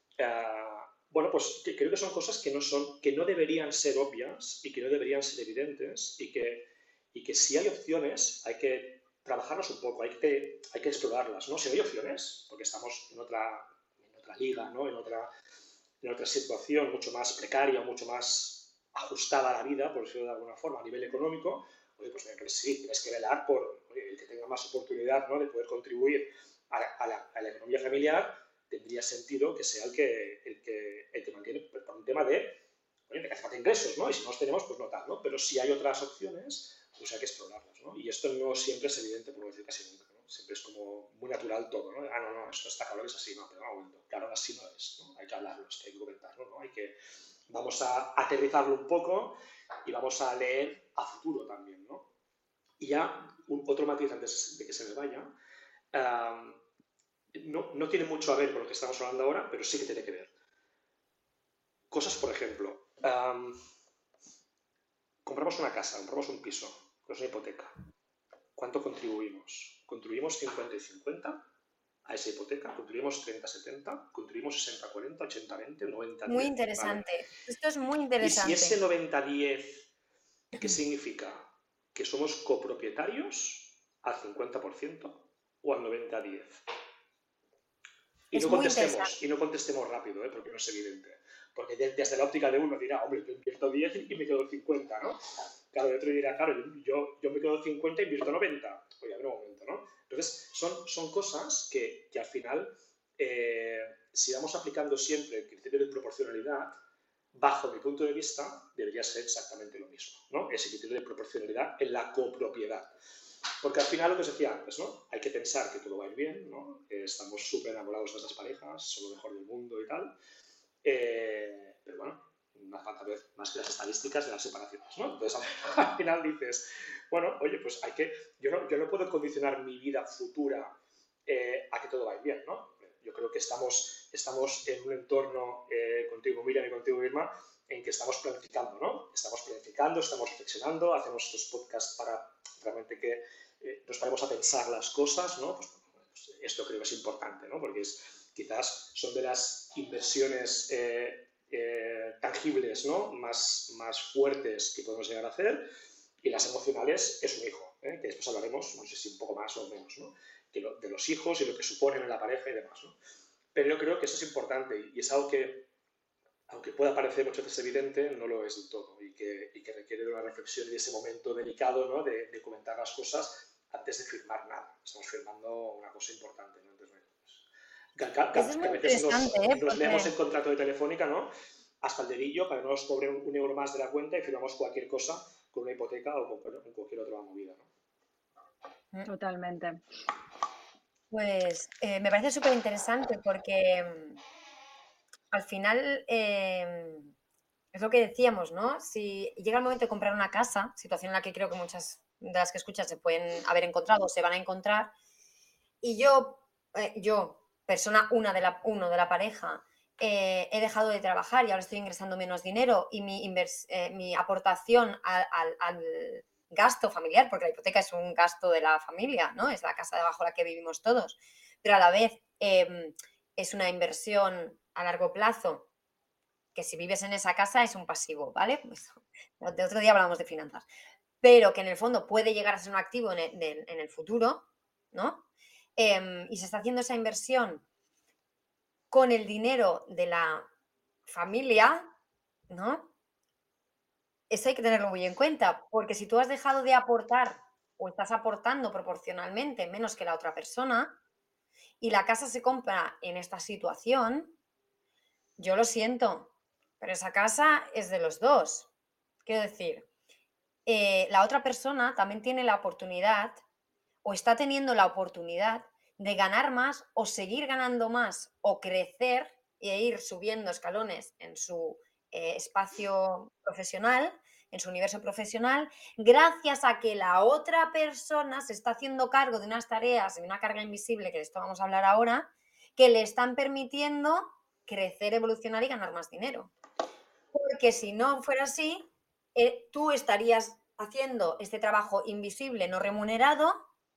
Bueno, pues creo que son cosas que no deberían ser obvias y que no deberían ser evidentes y que si hay opciones hay que trabajarlas un poco, hay que explorarlas, ¿no? Si no hay opciones, porque estamos en otra liga, ¿no? En otra situación mucho más precaria, mucho más ajustada a la vida, por decirlo de alguna forma, a nivel económico, oye, pues sí, tienes que velar por el que tenga más oportunidad, ¿no? De poder contribuir a la economía familiar. Tendría sentido que sea el que mantiene por un tema de que hace falta ingresos, ¿no? Y si no los tenemos, pues no tal, ¿no? Pero si hay otras opciones, pues hay que explorarlas, ¿no? Y esto no siempre es evidente, por no decir casi nunca, ¿no? Siempre es como muy natural todo, ¿no? No, esto está claro que es así, no, pero un momento, claro, así no es, ¿no? Hay que hablarlo, hay que comentarlo, ¿no? Vamos a aterrizarlo un poco y vamos a leer a futuro también, ¿no? Y ya, otro matiz antes de que se me vaya, no tiene mucho a ver con lo que estamos hablando ahora, pero sí que tiene que ver. Cosas, por ejemplo, compramos una casa, compramos un piso, con una hipoteca. ¿Cuánto contribuimos? ¿Contribuimos 50 y 50 a esa hipoteca? ¿Contribuimos 30-70? ¿Contribuimos 60-40, 80-20, 90-10? Muy ¿Vale? interesante. Esto es muy Y si ese interesante. 90-10, ¿qué significa? ¿Que somos copropietarios al 50% o al 90-10? Es muy interesante. Y no contestemos rápido, porque no es evidente. Porque desde la óptica de uno dirá, hombre, yo invierto 10 y me quedo 50, ¿no? Claro, el otro dirá, claro, yo me quedo 50 y invierto 90. Oye, a ver un momento, ¿no? Entonces, son cosas que al final, si vamos aplicando siempre el criterio de proporcionalidad, bajo mi punto de vista, debería ser exactamente lo mismo, ¿no? Ese criterio de proporcionalidad en la copropiedad. Porque al final, lo que os decía antes, ¿no? Hay que pensar que todo va a ir bien, ¿no? Estamos súper enamorados de nuestras parejas, son lo mejor del mundo y tal. Pero bueno, no hace falta ver más que las estadísticas de las separaciones, ¿no? Entonces, al final dices, bueno, oye, pues yo no puedo condicionar mi vida futura a que todo vaya bien, ¿no? Yo creo que estamos en un entorno, contigo Miriam y contigo Irma, en que estamos planificando, ¿no? Estamos planificando, estamos reflexionando, hacemos estos podcasts para realmente que nos paremos a pensar las cosas, ¿no? Pues esto creo que es importante, ¿no? Porque quizás son de las inversiones tangibles, ¿no? más fuertes que podemos llegar a hacer, y las emocionales es un hijo, que después hablaremos, no sé si un poco más o menos, ¿no? De los hijos y lo que suponen en la pareja y demás, ¿no? Pero yo creo que eso es importante y es algo que, aunque pueda parecer muchas veces evidente, no lo es del todo y que requiere de una reflexión y de ese momento delicado, ¿no? de comentar las cosas antes de firmar nada. Estamos firmando una cosa importante, ¿no? Entonces, Eso es que muy a veces interesante, nos leemos porque el contrato de Telefónica, ¿no? Hasta el dedillo para que no nos cobren un euro más de la cuenta y firmamos cualquier cosa con una hipoteca o con cualquier otra movida, ¿no? Totalmente. pues me parece súper interesante porque al final es lo que decíamos, ¿no? Si llega el momento de comprar una casa, situación en la que creo que muchas de las que escuchas se pueden haber encontrado o se van a encontrar, y yo persona uno de la pareja, he dejado de trabajar y ahora estoy ingresando menos dinero y mi aportación al gasto familiar, porque la hipoteca es un gasto de la familia, ¿no? Es la casa debajo de la que vivimos todos, pero a la vez es una inversión a largo plazo que si vives en esa casa es un pasivo, ¿vale? Pues, de otro día hablamos de finanzas, pero que en el fondo puede llegar a ser un activo en el futuro, ¿no? Y se está haciendo esa inversión con el dinero de la familia, ¿no? Eso hay que tenerlo muy en cuenta, porque si tú has dejado de aportar o estás aportando proporcionalmente menos que la otra persona y la casa se compra en esta situación, yo lo siento, pero esa casa es de los dos. Quiero decir, la otra persona también tiene la oportunidad o está teniendo la oportunidad de ganar más o seguir ganando más o crecer e ir subiendo escalones en su espacio profesional, en su universo profesional, gracias a que la otra persona se está haciendo cargo de unas tareas y una carga invisible, que de esto vamos a hablar ahora, que le están permitiendo crecer, evolucionar y ganar más dinero. Porque si no fuera así, tú estarías haciendo este trabajo invisible, no remunerado,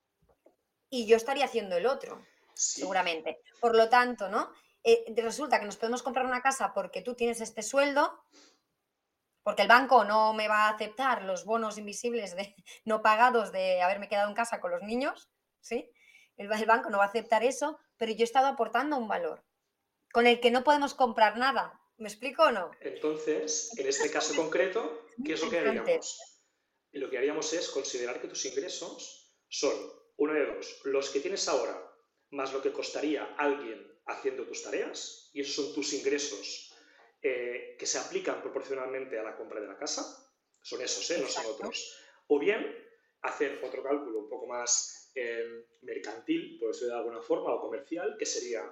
y yo estaría haciendo el otro, Sí, seguramente. Por lo tanto, ¿no? Resulta que nos podemos comprar una casa porque tú tienes este sueldo, porque el banco no me va a aceptar los bonos invisibles no pagados de haberme quedado en casa con los niños, ¿sí? El banco no va a aceptar eso, pero yo he estado aportando un valor con el que no podemos comprar nada. ¿Me explico o no? entonces, en este Es caso muy concreto, ¿qué es lo que interesante. haríamos? Lo que haríamos es considerar que tus ingresos son, uno de dos, los que tienes ahora, más lo que costaría alguien haciendo tus tareas, y esos son tus ingresos que se aplican proporcionalmente a la compra de la casa, son esos, no son Exacto. otros. O bien, hacer otro cálculo un poco más mercantil, por decirlo de alguna forma, o comercial, que sería,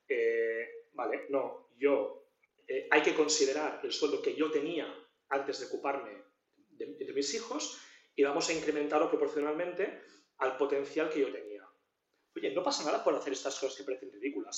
vale, no, hay que considerar el sueldo que yo tenía antes de ocuparme de mis hijos y vamos a incrementarlo proporcionalmente al potencial que yo tenía. Oye, no pasa nada por hacer estas cosas que parecen ridículas, ¿eh?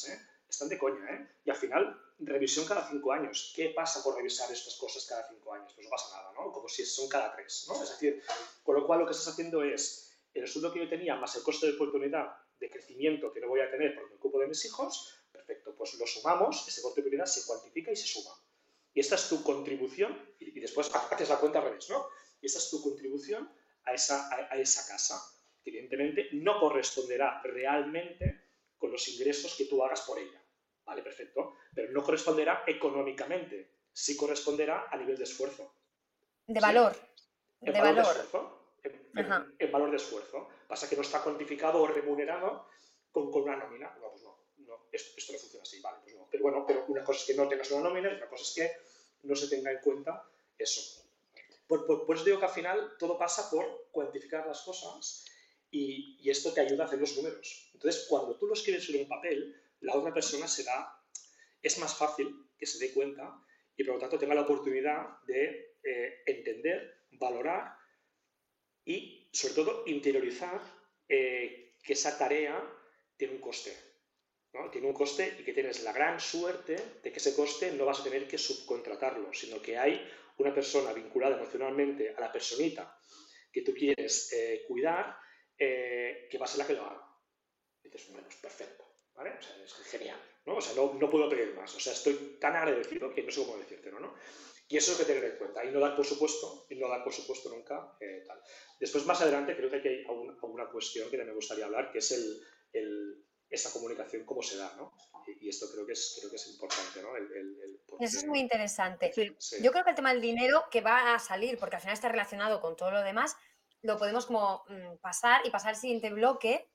están de coña, ¿eh? Y al final, revisión cada 5 años. ¿Qué pasa por revisar estas cosas cada 5 años? Pues no pasa nada, ¿no? Como si son cada 3, ¿no? Es decir, con lo cual lo que estás haciendo es el sueldo que yo tenía más el coste de oportunidad de crecimiento que no voy a tener porque me ocupo de mis hijos, perfecto, pues lo sumamos, ese coste de oportunidad se cuantifica y se suma. Y esta es tu contribución, y después haces la cuenta al revés, ¿no? Y esta es tu contribución a esa casa, que evidentemente no corresponderá realmente con los ingresos que tú hagas por ella. Vale, perfecto. Pero no corresponderá económicamente, sí corresponderá a nivel de esfuerzo. De ¿Sí? valor. En De valor de valor. esfuerzo. Ajá. En valor de esfuerzo. Pasa que no está cuantificado o remunerado con una nómina. No, pues no, esto no funciona así, vale, pues no. Pero bueno, pero una cosa es que no tengas una nómina y otra cosa es que no se tenga en cuenta eso. Pues digo que al final todo pasa por cuantificar las cosas y esto te ayuda a hacer los números. Entonces, cuando tú lo escribes sobre un papel, la otra persona es más fácil que se dé cuenta y por lo tanto tenga la oportunidad de entender, valorar y sobre todo interiorizar que esa tarea tiene un coste, ¿no? Tiene un coste y que tienes la gran suerte de que ese coste no vas a tener que subcontratarlo, sino que hay una persona vinculada emocionalmente a la personita que tú quieres cuidar, que va a ser la que lo haga. Y dices, bueno, pues perfecto, ¿vale? O sea, es genial, ¿no? O sea, no puedo pedir más. O sea, estoy tan agradecido que no sé cómo decírtelo, ¿no? Y eso es lo que tener en cuenta. Y no dar por supuesto nunca tal. Después, más adelante, creo que aquí hay alguna cuestión que me gustaría hablar, que es esa comunicación, cómo se da, ¿no? Y esto creo que es importante, ¿no? Eso es muy interesante. Sí. Sí. Yo creo que el tema del dinero que va a salir, porque al final está relacionado con todo lo demás, lo podemos como pasar al siguiente bloque,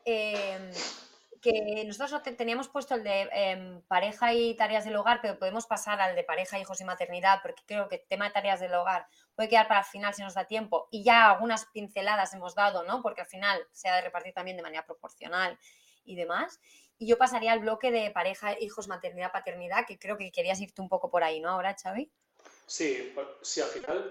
que nosotros teníamos puesto el de pareja y tareas del hogar, pero podemos pasar al de pareja, hijos y maternidad, porque creo que el tema de tareas del hogar puede quedar para el final si nos da tiempo, y ya algunas pinceladas hemos dado, ¿no? Porque al final se ha de repartir también de manera proporcional y demás. Y yo pasaría al bloque de pareja, hijos, maternidad, paternidad, que creo que querías irte un poco por ahí, ¿no? Ahora, Xavi. Sí, al final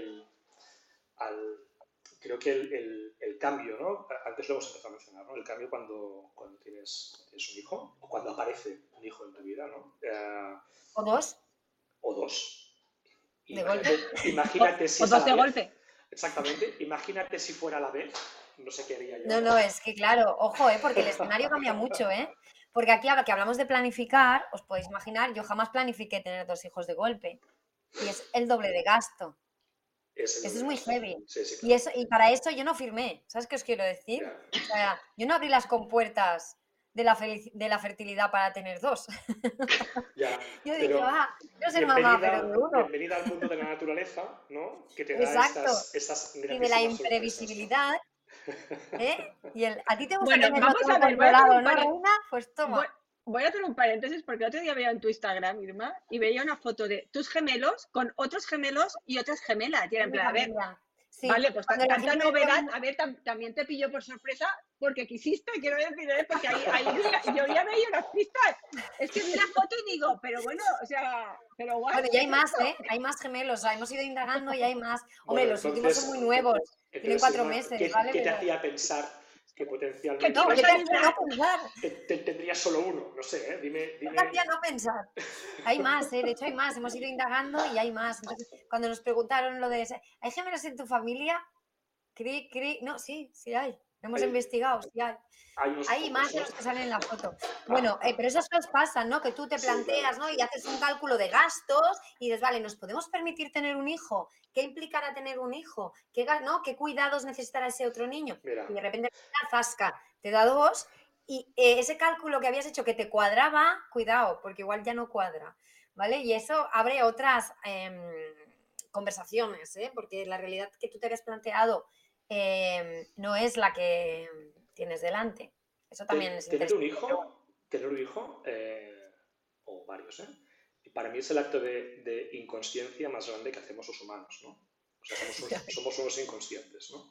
creo que el cambio, ¿no? Antes lo hemos empezado a mencionar, ¿no? El cambio cuando tienes un hijo o cuando aparece un hijo en tu vida, ¿no? O dos. O dos. De golpe. Imagínate si o es a dos la de vez. golpe. Exactamente. Imagínate si fuera a la vez. No sé qué haría yo. No, es que claro, ojo, porque el escenario cambia mucho, ¿eh? Porque aquí, ahora que hablamos de planificar, os podéis imaginar, yo jamás planifiqué tener 2 hijos de golpe. Y es el doble de gasto. Eso es muy heavy. Sí, claro. Y para eso yo no firmé. ¿Sabes qué os quiero decir? Yeah. O sea, yo no abrí las compuertas de la fertilidad para tener 2. Ya, Yo dije, quiero ser mamá, pero de uno. Bienvenida al mundo de la naturaleza, ¿no? Que te da Exacto. estas Y de la grandísimas imprevisibilidad, ¿eh? Y a ti te gusta Bueno, tenerlo vamos todo a ver, controlado, ¿no, Reina? Pues toma. Voy a hacer un paréntesis porque el otro día veía en tu Instagram, Irma, y veía una foto de tus gemelos con otros gemelos y otras gemelas. Y era en plan, a ver, Sí, vale, pues cuando la tanta gente novedad, a ver, también te pilló por sorpresa porque quisiste, quiero decir, porque ahí yo ya veía unas pistas. Es que vi la foto y digo, pero bueno, o sea, pero guay. Bueno, ya hay más, ¿eh? Hay más gemelos, o sea, hemos ido indagando y hay más. Hombre, Bueno, los últimos son muy nuevos, tienen 4 meses, ¿vale? ¿Qué te hacía pensar que potencialmente No, ¿qué te hacía no pensar? tendrías solo uno? No sé, ¿eh? Dime. ¿Qué te hacía no pensar? Hay más, ¿eh? De hecho hay más, hemos ido indagando y hay más. Entonces, cuando nos preguntaron lo de, ¿hay gemelos en tu familia? No, sí hay. Hemos investigado, sí hay. Hay más de los que salen en la foto. Bueno, pero esas cosas pasan, ¿no? Que tú te planteas, ¿no? Y haces un cálculo de gastos y dices, vale, ¿nos podemos permitir tener un hijo? ¿Qué implicará tener un hijo? ¿Qué cuidados necesitará ese otro niño? Mira. Y de repente la zasca te da 2 y ese cálculo que habías hecho que te cuadraba, cuidado, porque igual ya no cuadra, ¿vale? Y eso abre otras conversaciones, ¿eh? Porque la realidad que tú te habías planteado no es la que tienes delante. Eso también es interesante. Tener un hijo, o varios, y para mí es el acto de inconsciencia más grande que hacemos los humanos, ¿no? O sea, somos unos inconscientes, ¿no?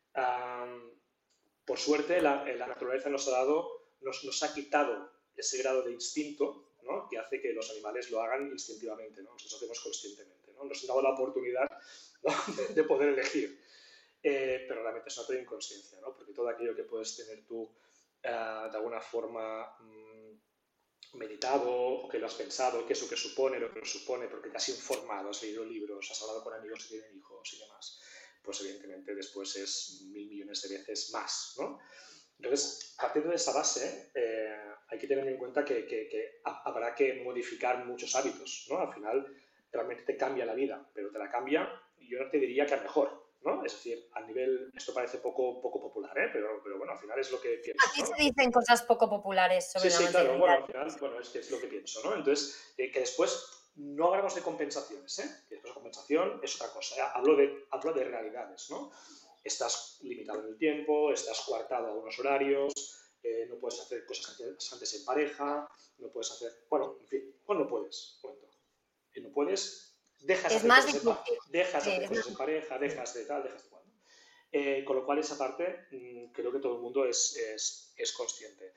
Por suerte, la naturaleza nos ha quitado ese grado de instinto, ¿no? Que hace que los animales lo hagan instintivamente, ¿no? Nosotros lo hacemos conscientemente, ¿no? Nos ha dado la oportunidad, ¿no? de poder elegir. Pero realmente es una toda inconsciencia, ¿no? Porque todo aquello que puedes tener tú de alguna forma meditado o que lo has pensado, qué es lo que supone, lo que no supone, porque te has informado, has leído libros, has hablado con amigos que tienen hijos y demás, pues evidentemente después es 1000 millones de veces más, ¿no? Entonces, partiendo de esa base, hay que tener en cuenta que habrá que modificar muchos hábitos, ¿no? Al final realmente te cambia la vida, pero te la cambia, yo no te diría que a mejor, ¿no? Es decir, a nivel, esto parece poco popular, ¿eh? Pero bueno, al final es lo que pienso, Aquí ¿no? se dicen cosas poco populares Sí, sobre la sí, claro, bueno, maternidad. al final, bueno, es que es lo que pienso, ¿no? Entonces, que después no hablamos de compensaciones, ¿eh? Que después compensación es otra cosa, ¿eh? Hablo de realidades, ¿no? Estás limitado en el tiempo, estás coartado a unos horarios, no puedes hacer cosas que hacías antes en pareja, no puedes hacer, bueno, en fin, pues no puedes, cuento. Y no puedes, dejas de Es hacer más cosas difícil. dejas de Sí, hacer cosas en pareja, dejas de tal, dejas de cual. Con lo cual esa parte creo que todo el mundo es consciente.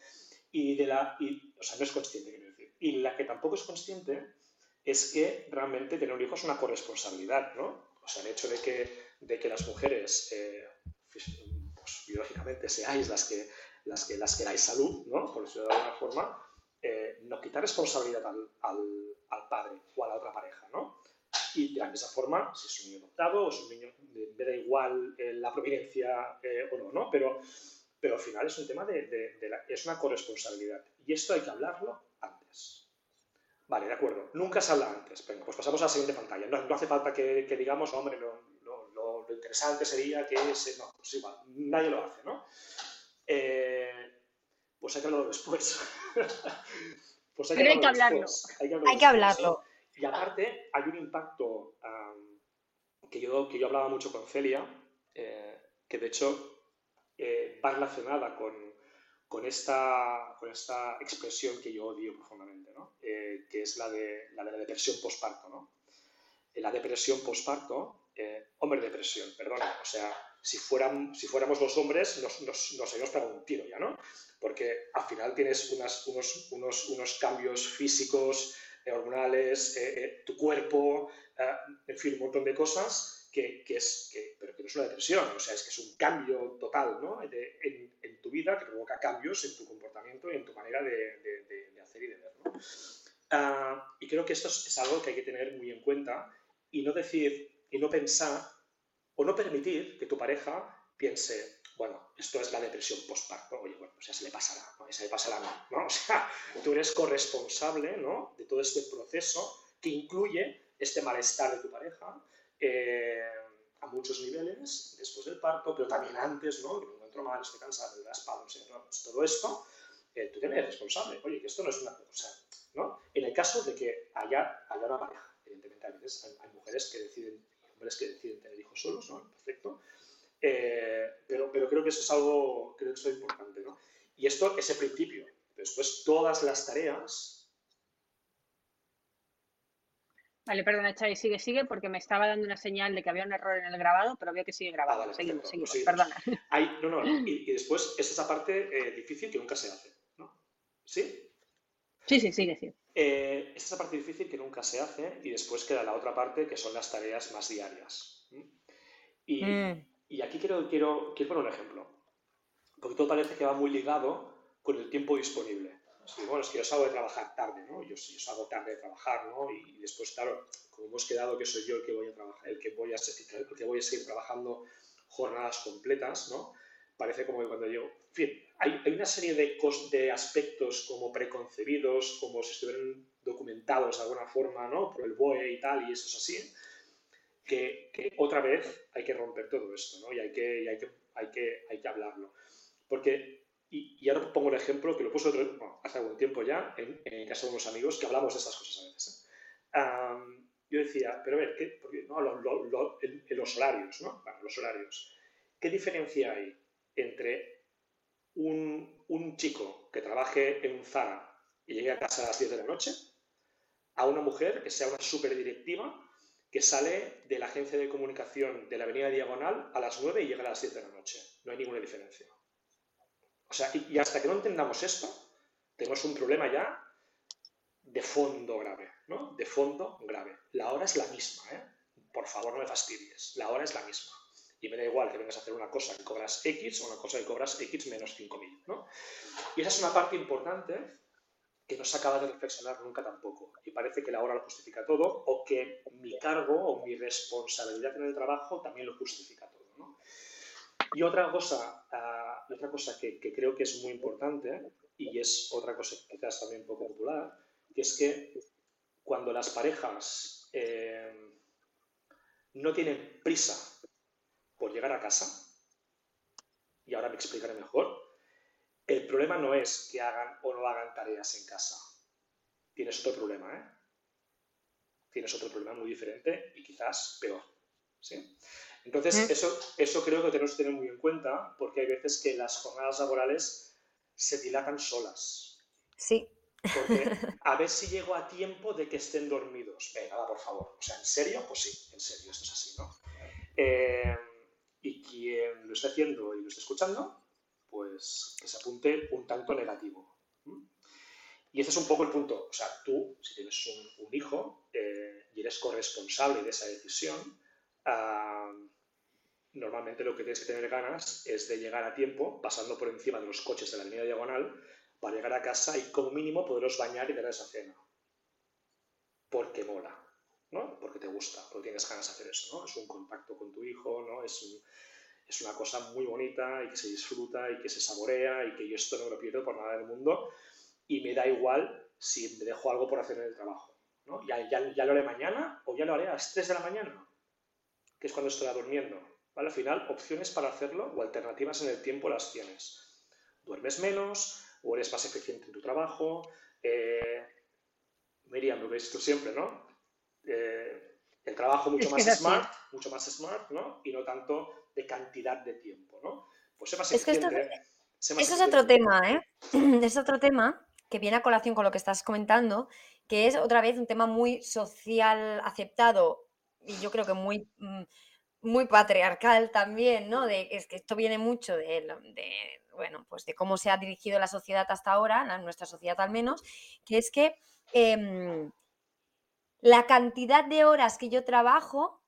O sea, no es consciente, quiero decir. Y la que tampoco es consciente es que realmente tener un hijo es una corresponsabilidad, ¿no? O sea, el hecho de que las mujeres, pues, biológicamente, seáis las que dais salud, ¿no? Por decirlo de alguna forma, no quitar responsabilidad al padre o a la otra pareja, ¿no? Y de la misma forma, si es un niño adoptado o es un niño, me da igual la providencia o no, ¿no? Pero al final es un tema es una corresponsabilidad. Y esto hay que hablarlo antes. Vale, de acuerdo. Nunca se habla antes. Venga, pues pasamos a la siguiente pantalla. No hace falta que digamos, hombre, lo interesante sería que no, pues igual, nadie lo hace, ¿no? Pues hay que hablarlo después. Pues hay que Pero hay que hablarlo hablarlo. después. Hay que hay que hablarlo después, ¿no? hablarlo. Y aparte, hay un impacto que yo hablaba mucho con Celia, que de hecho va relacionada con esta expresión que yo odio profundamente, ¿no? Que es la de la depresión posparto, ¿no? La depresión posparto, hombre, depresión, perdona, o sea, si fuéramos los hombres nos habíamos pegado un tiro ya, ¿no? Porque al final tienes unos cambios físicos, hormonales, tu cuerpo, en fin, un montón de cosas pero que no es una depresión, o sea, es que es un cambio total, ¿no? En tu vida que provoca cambios en tu comportamiento y en tu manera de hacer y de ver, ¿no? Y creo que esto es algo que hay que tener muy en cuenta y no decir, y no pensar, o no permitir que tu pareja piense, bueno, esto es la depresión postparto, oye, bueno, pues ya se le pasará, ¿no? Ya se le pasará, ¿no? O sea, tú eres corresponsable, ¿no? De todo este proceso que incluye este malestar de tu pareja a muchos niveles, después del parto, pero también antes, ¿no? Que me encuentro mal, estoy cansado, me da espalda, pues todo esto, tú eres responsable. Oye, que esto no es una cosa, ¿no? En el caso de que haya una pareja, evidentemente a veces hay mujeres que deciden, hombres que deciden tener hijos solos, ¿no? Perfecto. Pero creo que eso es algo, creo que eso es importante, ¿no? Y esto es el principio. Después todas las tareas. Vale, perdona, Xavi, sigue, porque me estaba dando una señal de que había un error en el grabado, pero veo que sigue grabando. Vale, Seguimos, perfecto. perdona. Y después, esta es la parte difícil que nunca se hace, ¿no? ¿Sí? Sí, sigue. Esta es la parte difícil que nunca se hace y después queda la otra parte que son las tareas más diarias. Y aquí quiero poner un ejemplo, porque todo parece que va muy ligado con el tiempo disponible. Bueno, es que yo salgo de trabajar tarde, ¿no? Yo salgo tarde de trabajar, ¿no? Y después, claro, como hemos quedado que soy yo el que voy a trabajar, el que voy a seguir trabajando jornadas completas, ¿no? Parece como que cuando yo... En fin, hay una serie de aspectos como preconcebidos, como si estuvieran documentados de alguna forma, ¿no? Por el BOE y tal, y eso es así, que otra vez hay que romper todo esto, ¿no? Y hay que hablarlo. Porque... Y ahora pongo un ejemplo que lo puse hace algún tiempo ya en casa de unos amigos que hablamos de estas cosas a veces. Yo decía, pero a ver, porque, ¿no? En los horarios, ¿no? Bueno, los horarios. ¿Qué diferencia hay entre un chico que trabaje en un Zara y llegue a casa a las 10 de la noche a una mujer que sea una superdirectiva que sale de la agencia de comunicación de la Avenida Diagonal a las 9 y llega a las 10 de la noche? No hay ninguna diferencia. O sea, y hasta que no entendamos esto, tenemos un problema ya de fondo grave, ¿no? De fondo grave. La hora es la misma, ¿eh? Por favor, no me fastidies. La hora es la misma. Y me da igual que vengas a hacer una cosa que cobras X o una cosa que cobras X menos 5.000, ¿no? Y esa es una parte importante que no se acaba de reflexionar nunca tampoco. Y parece que la hora lo justifica todo o que mi cargo o mi responsabilidad en el trabajo también lo justifica todo, ¿no? Y otra cosa que creo que es muy importante, y es otra cosa quizás también poco popular, que es que cuando las parejas no tienen prisa por llegar a casa, y ahora me explicaré mejor, el problema no es que hagan o no hagan tareas en casa. Tienes otro problema, ¿eh? Tienes otro problema muy diferente y quizás peor, ¿sí? Entonces, eso creo que tenemos que tener muy en cuenta, porque hay veces que las jornadas laborales se dilatan solas. Sí. Porque a ver si llego a tiempo de que estén dormidos. Venga, va, por favor. O sea, ¿en serio? Pues sí, en serio, esto es así, ¿no? Y quien lo esté haciendo y lo esté escuchando, pues que se apunte un tanto negativo. Y ese es un poco el punto. O sea, tú, si tienes un hijo y eres corresponsable de esa decisión, normalmente lo que tienes que tener ganas es de llegar a tiempo, pasando por encima de los coches de la avenida Diagonal, para llegar a casa y como mínimo poderlos bañar y dar esa cena. Porque mola, ¿no? Porque te gusta, porque tienes ganas de hacer eso, ¿no? Es un contacto con tu hijo, ¿no? Es una cosa muy bonita y que se disfruta y que se saborea y que yo esto no lo pierdo por nada del mundo y me da igual si me dejo algo por hacer en el trabajo, ¿no? Ya lo haré mañana o ya lo haré a las 3 de la mañana, que es cuando estoy durmiendo, ¿vale? Al final, opciones para hacerlo o alternativas en el tiempo las tienes. Duermes menos o eres más eficiente en tu trabajo. Miriam, lo veis tú siempre, ¿no? El trabajo mucho Es que más es así. smart, ¿no? Y no tanto de cantidad de tiempo, ¿no? Pues sé más Es que eficiente, sé más eso es otro eficiente. tema, ¿eh? Es otro tema que viene a colación con lo que estás comentando, que es otra vez un tema muy social aceptado y yo creo que muy patriarcal también, ¿no? Es que esto viene mucho bueno, pues de cómo se ha dirigido la sociedad hasta ahora, nuestra sociedad al menos, que es que la cantidad de horas que yo trabajo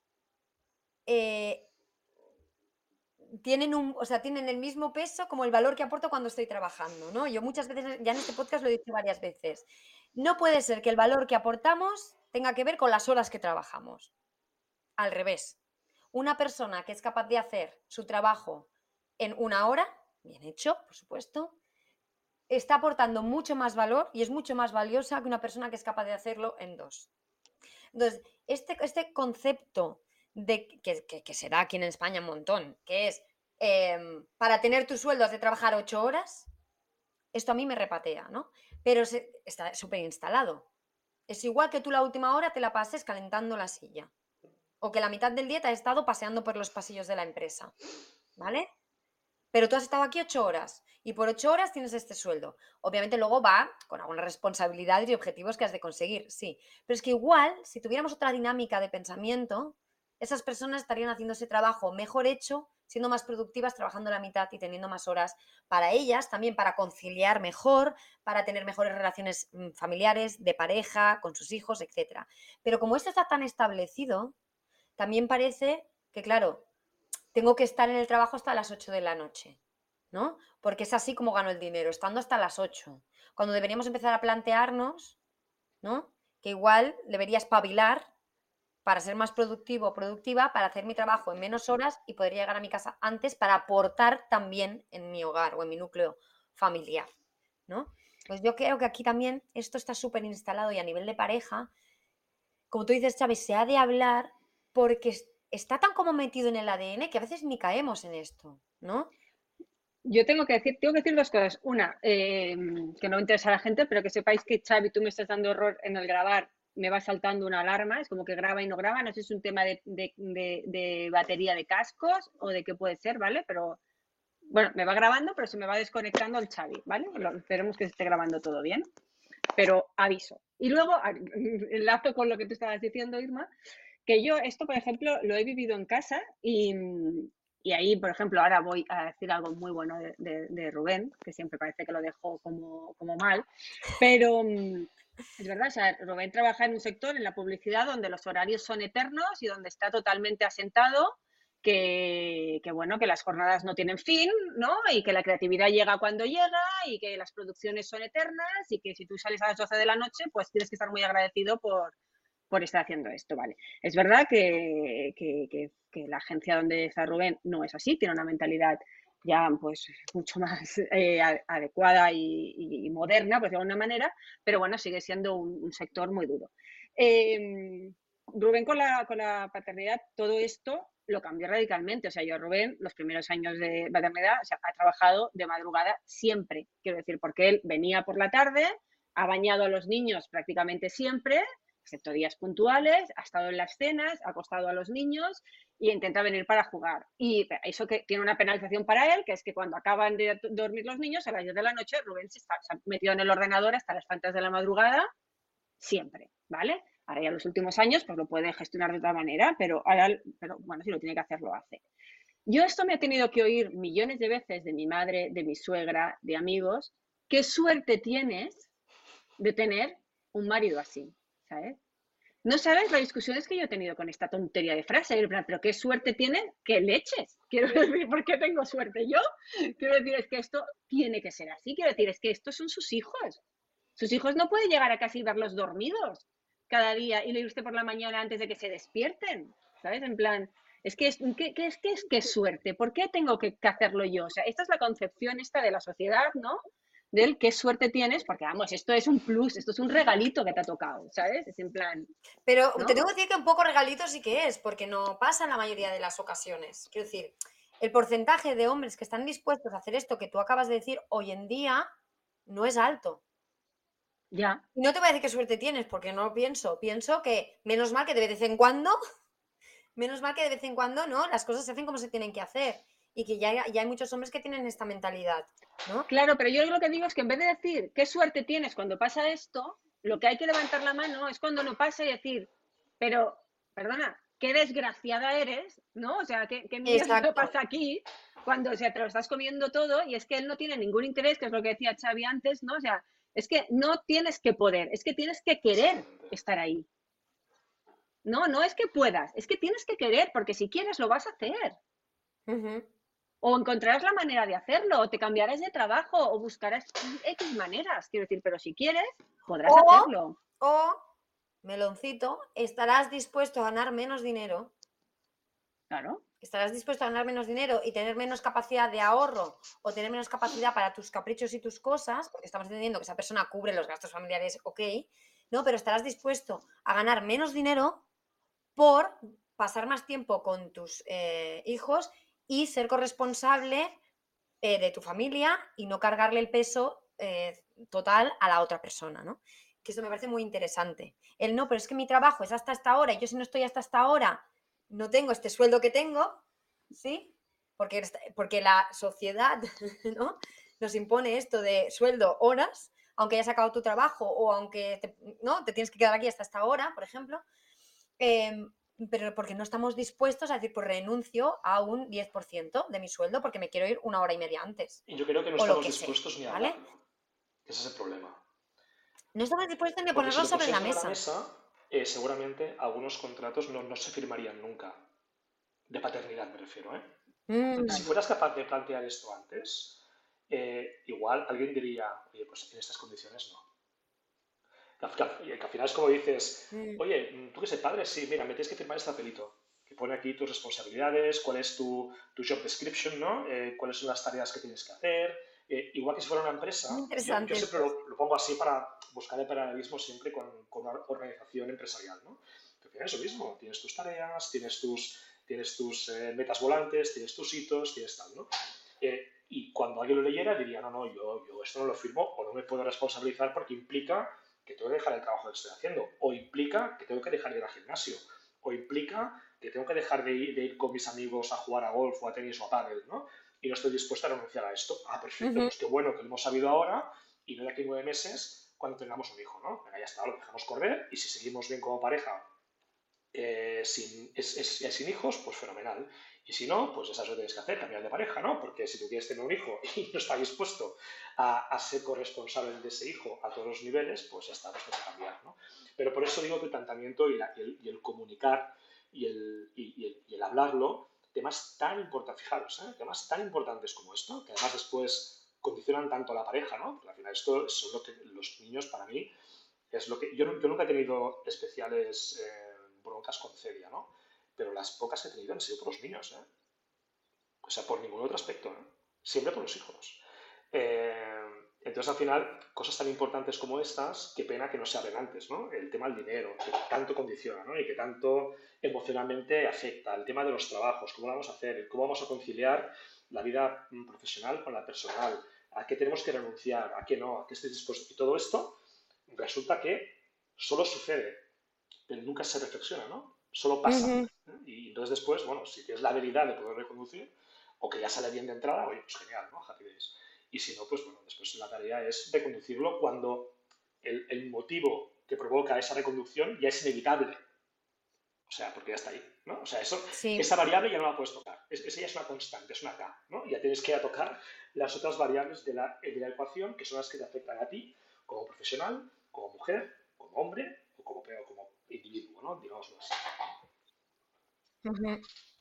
tienen el mismo peso como el valor que aporto cuando estoy trabajando, ¿no? Yo muchas veces, ya en este podcast lo he dicho varias veces, no puede ser que el valor que aportamos tenga que ver con las horas que trabajamos. Al revés. Una persona que es capaz de hacer su trabajo en 1 hora, bien hecho, por supuesto, está aportando mucho más valor y es mucho más valiosa que una persona que es capaz de hacerlo en 2. Entonces, este concepto que se da aquí en España un montón, que es para tener tu sueldo has de trabajar 8 horas, esto a mí me repatea, ¿no? Pero está súper instalado. Es igual que tú la última hora te la pases calentando la silla o que la mitad del día te has estado paseando por los pasillos de la empresa, ¿vale? Pero tú has estado aquí 8 horas y por 8 horas tienes este sueldo. Obviamente luego va con algunas responsabilidades y objetivos que has de conseguir, sí. Pero es que igual, si tuviéramos otra dinámica de pensamiento, esas personas estarían haciendo ese trabajo mejor hecho, siendo más productivas, trabajando la mitad y teniendo más horas para ellas, también para conciliar mejor, para tener mejores relaciones familiares, de pareja, con sus hijos, etc. Pero como esto está tan establecido, también parece que, claro, tengo que estar en el trabajo hasta las 8 de la noche, ¿no? Porque es así como gano el dinero, estando hasta las 8. Cuando deberíamos empezar a plantearnos, ¿no? Que igual debería espabilar para ser más productivo o productiva, para hacer mi trabajo en menos horas y poder llegar a mi casa antes para aportar también en mi hogar o en mi núcleo familiar, ¿no? Pues yo creo que aquí también esto está súper instalado y a nivel de pareja, como tú dices, Chávez, se ha de hablar porque está tan como metido en el ADN que a veces ni caemos en esto, ¿no? Yo tengo que decir 2 cosas. Una, que no me interesa a la gente, pero que sepáis que, Xavi, tú me estás dando error en el grabar, me va saltando una alarma, es como que graba y no graba, no sé si es un tema de batería de cascos o de qué puede ser, ¿vale? Pero bueno, me va grabando, pero se me va desconectando el Xavi, ¿vale? Esperemos que se esté grabando todo bien, pero aviso. Y luego, enlazo con lo que tú estabas diciendo, Irma, que yo esto, por ejemplo, lo he vivido en casa y ahí, por ejemplo, ahora voy a decir algo muy bueno de Rubén, que siempre parece que lo dejo como mal, pero es verdad, o sea, Rubén trabaja en un sector, en la publicidad, donde los horarios son eternos y donde está totalmente asentado bueno, que las jornadas no tienen fin, ¿no? Y que la creatividad llega cuando llega y que las producciones son eternas y que si tú sales a las 12 de la noche, pues tienes que estar muy agradecido por estar haciendo esto, ¿vale? Es verdad que la agencia donde está Rubén no es así, tiene una mentalidad ya pues mucho más adecuada y moderna, pues de alguna manera, pero bueno, sigue siendo un sector muy duro. Rubén con la paternidad, todo esto lo cambió radicalmente. O sea, yo Rubén, los primeros años de paternidad, o sea, ha trabajado de madrugada siempre, quiero decir, porque él venía por la tarde, ha bañado a los niños prácticamente siempre, excepto días puntuales, ha estado en las cenas, ha acostado a los niños y intenta venir para jugar. Y eso que tiene una penalización para él, que es que cuando acaban de dormir los niños, a las 10 de la noche, Rubén se ha metido en el ordenador hasta las tantas de la madrugada, siempre, ¿vale? Ahora ya en los últimos años pues lo puede gestionar de otra manera, pero bueno, si lo tiene que hacer, lo hace. Yo esto me he tenido que oír millones de veces de mi madre, de mi suegra, de amigos. ¿Qué suerte tienes de tener un marido así? ¿Sabes? No sabes las discusiones que yo he tenido con esta tontería de frase. Pero ¿qué suerte tienen? ¿Qué leches? Quiero decir, ¿por qué tengo suerte yo? Quiero decir, es que esto tiene que ser así. Quiero decir, es que estos son sus hijos. Sus hijos no puede llegar a casi verlos dormidos cada día y leer usted por la mañana antes de que se despierten, ¿sabes? En plan, ¿qué suerte? ¿Por qué tengo que hacerlo yo? O sea, esta es la concepción esta de la sociedad, ¿no? Del qué suerte tienes, porque vamos, esto es un plus, esto es un regalito que te ha tocado, ¿sabes? Es en plan... Pero ¿no? te tengo que decir que un poco regalito sí que es, porque no pasa en la mayoría de las ocasiones. Quiero decir, el porcentaje de hombres que están dispuestos a hacer esto que tú acabas de decir hoy en día no es alto. Ya. Y no te voy a decir qué suerte tienes, porque no lo pienso. Pienso que menos mal que de vez en cuando, ¿no? Las cosas se hacen como se tienen que hacer. Y que ya hay muchos hombres que tienen esta mentalidad, ¿no? Claro, pero yo lo que digo es que en vez de decir qué suerte tienes cuando pasa esto, lo que hay que levantar la mano es cuando no pasa y decir, pero, perdona, qué desgraciada eres, ¿no? O sea, qué mierda Exacto. pasa aquí cuando, o sea, te lo estás comiendo todo y es que él no tiene ningún interés, que es lo que decía Xavi antes, ¿no? O sea, es que no tienes que poder, es que tienes que querer estar ahí. No, no es que puedas, es que tienes que querer, porque si quieres lo vas a hacer. Uh-huh. O encontrarás la manera de hacerlo, o te cambiarás de trabajo, o buscarás X maneras, quiero decir, pero si quieres, podrás hacerlo. O, meloncito, estarás dispuesto a ganar menos dinero. Claro. Estarás dispuesto a ganar menos dinero y tener menos capacidad de ahorro o tener menos capacidad para tus caprichos y tus cosas, porque estamos entendiendo que esa persona cubre los gastos familiares, ok, ¿no? Pero estarás dispuesto a ganar menos dinero por pasar más tiempo con tus hijos y ser corresponsable de tu familia y no cargarle el peso total a la otra persona, ¿no? Que eso me parece muy interesante. El no, pero es que mi trabajo es hasta esta hora y yo si no estoy hasta esta hora no tengo este sueldo que tengo, ¿sí? Porque la sociedad, ¿no? Nos impone esto de sueldo, horas, aunque hayas acabado tu trabajo o aunque ¿no? te tienes que quedar aquí hasta esta hora, por ejemplo. Pero porque no estamos dispuestos a decir, pues renuncio a un 10% de mi sueldo porque me quiero ir una hora y media antes. Y yo creo que no estamos dispuestos ni a hablarlo. ¿Vale? Ese es el problema. No estamos dispuestos ni a porque ponerlo si lo sobre la mesa. Seguramente algunos contratos no se firmarían nunca. De paternidad me refiero, ¿eh? Si fueras capaz de plantear esto antes, igual alguien diría, oye, pues en estas condiciones no. Que al final es como dices, oye, tú que eres padre, sí, mira, me tienes que firmar este papelito, que pone aquí tus responsabilidades, cuál es tu job description, ¿no? Cuáles son las tareas que tienes que hacer. Igual que si fuera una empresa, yo siempre lo pongo así para buscar el paralelismo siempre con una organización empresarial, ¿no? Que al final es lo mismo, tienes tus tareas, tienes tus metas volantes, tienes tus hitos, tienes tal, ¿no? Y cuando alguien lo leyera diría, no, yo esto no lo firmo o no me puedo responsabilizar porque implica que tengo que dejar el trabajo que estoy haciendo, o implica que tengo que dejar de ir al gimnasio, o implica que tengo que dejar de ir con mis amigos a jugar a golf o a tenis o a pádel, ¿no? Y no estoy dispuesta a renunciar a esto. Ah, perfecto, pues qué bueno que lo hemos sabido ahora y no de aquí 9 meses cuando tengamos un hijo, ¿no? Venga, ya está, lo dejamos correr y si seguimos bien como pareja sin hijos, pues fenomenal. Y si no, pues eso es lo que tienes que hacer, cambiar de pareja, ¿no? Porque si tú quieres tener un hijo y no estás dispuesto a ser corresponsable de ese hijo a todos los niveles, pues ya está, pues tienes que cambiar, ¿no? Pero por eso digo que el planteamiento y el comunicar y el hablarlo temas tan importantes, fijaros, temas tan importantes como esto, que además después condicionan tanto a la pareja, ¿no? Porque al final esto son lo que los niños para mí es lo que... Yo nunca he tenido especiales broncas con Celia, ¿no? Pero las pocas que he tenido han sido por los niños, ¿eh? O sea, por ningún otro aspecto, ¿no? Siempre por los hijos. Entonces, al final, cosas tan importantes como estas, qué pena que no se hablen antes, ¿no? El tema del dinero, que tanto condiciona, ¿no? Y que tanto emocionalmente afecta. El tema de los trabajos, cómo lo vamos a hacer, cómo vamos a conciliar la vida profesional con la personal, a qué tenemos que renunciar, a qué no, a qué estés dispuesto. Y todo esto resulta que solo sucede, pero nunca se reflexiona, ¿no? Solo pasa. Ujú. Y entonces después, bueno, si tienes la habilidad de poder reconducir, o que ya sale bien de entrada, oye, pues genial, ¿no? Happy days. Y si no, pues bueno, después la tarea es reconducirlo cuando el motivo que provoca esa reconducción ya es inevitable. O sea, porque ya está ahí, ¿no? O sea, Sí. esa variable ya no la puedes tocar. Esa ya es una constante, es una K, ¿no? Ya tienes que ir a tocar las otras variables de la ecuación, que son las que te afectan a ti como profesional, como mujer, como hombre o como individuo, ¿no? Digámoslo así. Ujú. No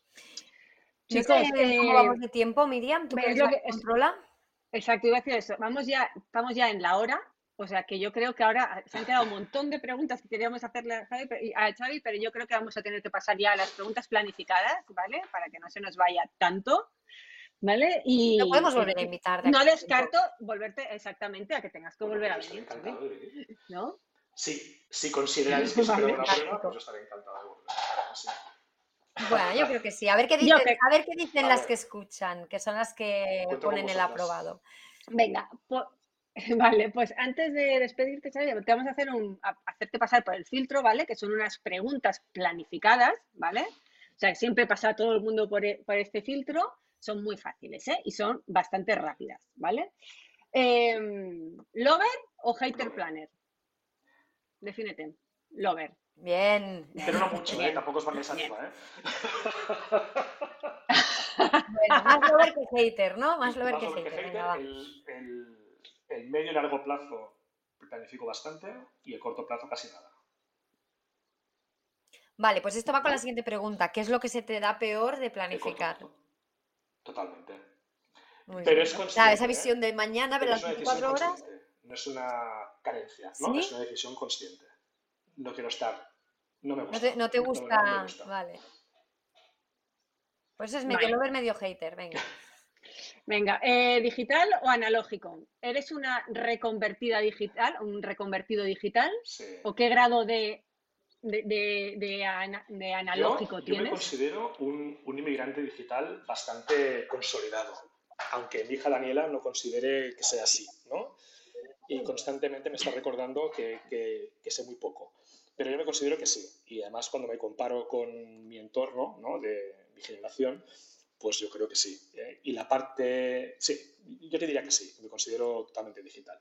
Chicos, sé cómo vamos de tiempo, Miriam, ¿tú que es eres lo la que que controla? exacto, iba a decir eso. Estamos ya en la hora, o sea que yo creo que ahora se han quedado un montón de preguntas que queríamos hacerle a Xavi, pero yo creo que vamos a tener que pasar ya a las preguntas planificadas, ¿vale? Para que no se nos vaya tanto, ¿vale? Lo Y podemos volver a invitar de aquí no a tiempo. descarto volverte exactamente a que tengas que Bueno, volver a yo estaré venir, encantado Xavi, de venir. ¿no? Sí, si consideráis que supero Vale. una prueba, Fantástico. pues yo estaré encantado de volver. Sí. Bueno, yo creo que sí. A ver qué Yo dicen, que, a ver qué dicen A las ver, que escuchan, que son las que cuento con ponen el vosotras. aprobado. venga, vale, pues antes de despedirte, Xavi, te vamos a hacerte pasar por el filtro, ¿vale? Que son unas preguntas planificadas, ¿vale? O sea, siempre pasa todo el mundo por este filtro. Son muy fáciles, ¿eh? Y son bastante rápidas, ¿vale? ¿Lover o hater Lover. planner? Defínete. Lover. Bien. Pero no mucho, Bien. tampoco os mandéis arriba, Bueno, más lover que hater, ¿no? Más lover Más que lover que hater. Venga, hater, va. el medio y largo plazo planifico bastante y el corto plazo casi nada. Vale, pues esto va con la ¿Vale? siguiente pregunta. ¿Qué es lo que se te da peor de El corto planificar? plazo. Totalmente. Muy Pero bien. es O sea, consciente, esa visión de mañana, ver pero las es una decisión 24 horas. consciente. No es una carencia, ¿no? Es ¿Sí? una decisión consciente. No quiero estar. No me No gusta. te No me gusta. gusta. Vale. Pues es medio Vale. lover, medio hater. Venga. Venga, ¿digital o analógico? ¿Eres una reconvertida digital, un reconvertido digital? Sí. ¿O qué grado de Yo analógico me tienes? considero un inmigrante digital bastante consolidado, aunque mi hija Daniela no considere que sea así, ¿no? Y constantemente me está recordando que sé muy poco. Pero yo me considero que sí. Y además cuando me comparo con mi entorno, ¿no? De mi generación, pues yo creo que sí. Y la parte... Sí, yo te diría que sí. Me considero totalmente digital.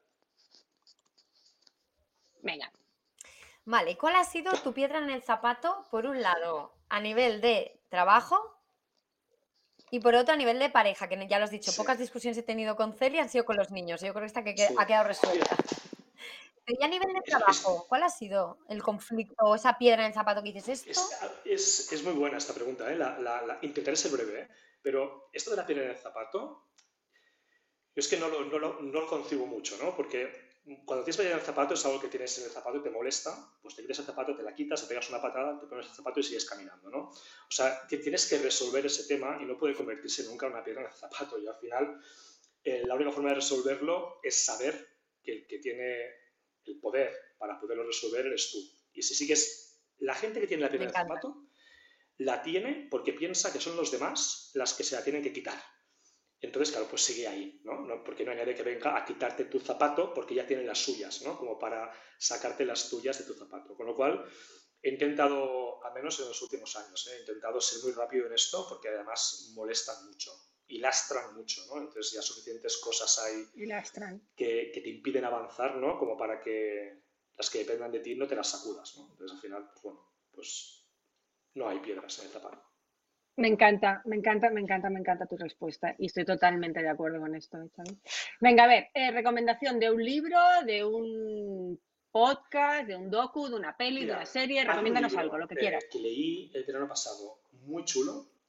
Venga. Vale, ¿y cuál ha sido tu piedra en el zapato, por un lado, a nivel de trabajo y por otro a nivel de pareja? Que ya lo has dicho, Sí. pocas discusiones he tenido con Celia, han sido con los niños. Yo creo que esta Sí. ha quedado resuelta. Pero ya a nivel de trabajo, ¿cuál ha sido el conflicto o esa piedra en el zapato que dices esto? Es muy buena esta pregunta, ¿eh? Intentaré ser breve, ¿eh? Pero esto de la piedra en el zapato, yo es que no lo concibo mucho, ¿no? Porque cuando tienes piedra en el zapato es algo que tienes en el zapato y te molesta, pues te quitas el zapato, te la quitas, te pegas una patada, te pones el zapato y sigues caminando, ¿no? O sea, que tienes que resolver ese tema y no puede convertirse nunca en una piedra en el zapato. Y al final, la única forma de resolverlo es saber que el que tiene el poder para poderlo resolver eres tú. Y si sigues, la gente que tiene la piedra Me en el encanta. zapato, la tiene porque piensa que son los demás las que se la tienen que quitar. Entonces, claro, pues sigue ahí, ¿no? Porque no hay nadie que venga a quitarte tu zapato porque ya tienen las suyas, ¿no? Como para sacarte las tuyas de tu zapato. Con lo cual, he intentado, al menos en los últimos años, he intentado ser muy rápido en esto porque además molestan mucho y lastran mucho, ¿no? Entonces ya suficientes cosas hay que te impiden avanzar, ¿no? Como para que las que dependan de ti no te las sacudas, ¿no? Entonces al final, pues bueno, pues no hay piedras en el zapato. Me encanta tu respuesta y estoy totalmente de acuerdo con esto, Xavi. Venga, a ver, recomendación de un libro, de un podcast, de un docu, de una peli, de Mira, una serie, hay un recomiéndanos libro algo, lo que quieras. que leí el verano pasado, muy chulo,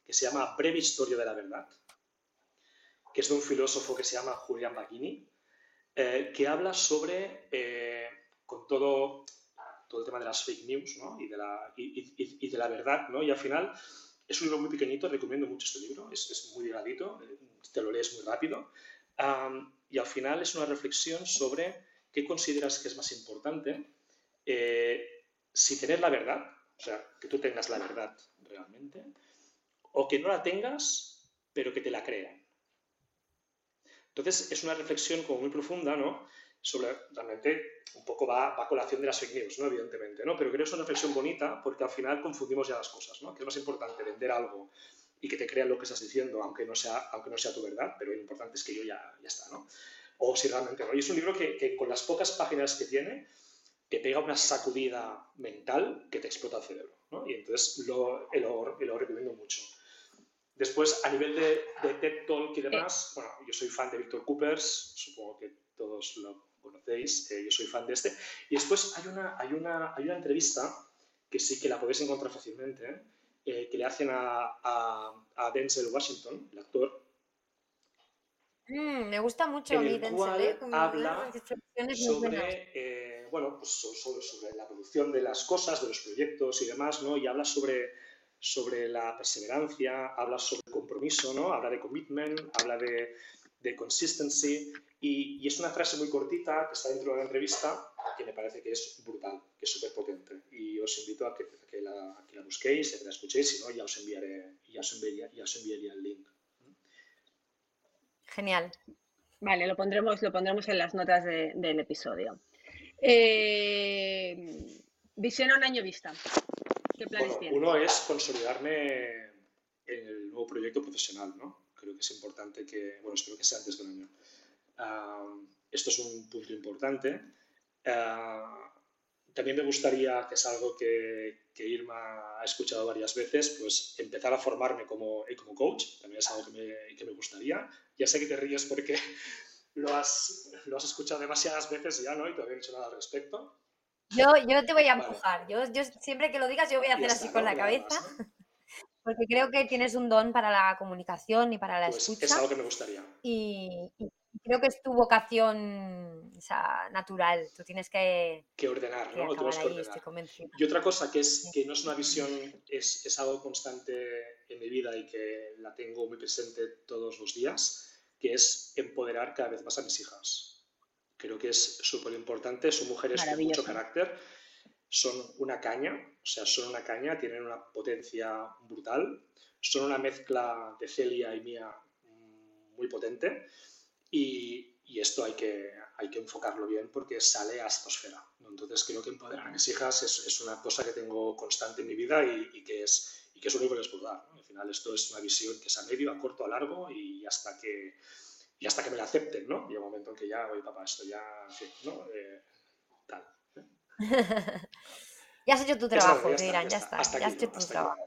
que se llama Breve Historia de la Verdad, que es de un filósofo que se llama Julian Baggini, que habla sobre, con todo el tema de las fake news, ¿no? y de la verdad, ¿no? Y al final es un libro muy pequeñito, recomiendo mucho este libro, es muy delgadito, te lo lees muy rápido, y al final es una reflexión sobre qué consideras que es más importante, si tener la verdad, o sea, que tú tengas la verdad realmente, o que no la tengas, pero que te la crean. Entonces, es una reflexión como muy profunda, ¿no? Sobre, realmente, un poco va a colación de las fake news, ¿no? Evidentemente, ¿no? Pero creo que es una reflexión bonita porque al final confundimos ya las cosas, ¿no? Que es más importante vender algo y que te crean lo que estás diciendo, aunque no sea tu verdad, pero lo importante es que yo ya está, ¿no? O si realmente no. Y es un libro que con las pocas páginas que tiene, te pega una sacudida mental que te explota el cerebro, ¿no? Y entonces lo recomiendo mucho. Después, a nivel de TED Talk y demás, bueno, yo soy fan de Víctor Coopers, supongo que todos lo conocéis, yo soy fan de este. Y después hay una entrevista que sí que la podéis encontrar fácilmente, que le hacen a Denzel Washington, el actor. Me gusta mucho a mí Denzel, cual habla sobre, sobre la evolución de las cosas, de los proyectos y demás, ¿no? Y habla sobre la perseverancia, habla sobre el compromiso, ¿no? Habla de commitment, habla de consistency, y es una frase muy cortita que está dentro de la entrevista que me parece que es brutal, que es súper potente, y os invito a que la busquéis, a que la escuchéis, si no ya os enviaría el link. Genial. Vale, lo pondremos en las notas del episodio. Visión a un año vista. ¿Qué planes tienes? Uno es consolidarme en el nuevo proyecto profesional, ¿no? Creo que es importante que, espero que sea antes de un año. Esto es un punto importante. También me gustaría, que es algo que Irma ha escuchado varias veces, pues empezar a formarme como coach. También es algo que me gustaría. Ya sé que te ríes porque lo has escuchado demasiadas veces ya, ¿no? Y todavía no he hecho nada al respecto. Yo te voy a empujar. Vale. Yo siempre que lo digas, yo voy a hacer así con la cabeza. Más, ¿no? Porque creo que tienes un don para la comunicación y para la escucha. Es algo que me gustaría. Y creo que es tu vocación, o sea, natural. Tú tienes que ordenar, ¿no? Tienes que ordenar. Estoy convencida. Y otra cosa que no es una visión, es algo constante en mi vida y que la tengo muy presente todos los días, que es empoderar cada vez más a mis hijas. Creo que es súper importante. Son mujeres con mucho carácter, son una caña, tienen una potencia brutal, son una mezcla de Celia y mía muy potente, y esto hay que enfocarlo bien porque sale a estratosfera, ¿no? Entonces creo que empoderar a mis hijas es una cosa que tengo constante en mi vida y que es lo único que les puedo dar, ¿no? Al final esto es una visión que es a medio, a corto, a largo, y hasta que me la acepten, ¿no? Llega un momento en que ya, oye papá, esto ya, sí, ¿no? Tal. Ya has hecho tu trabajo, te dirán, ya está, ya has hecho tu trabajo.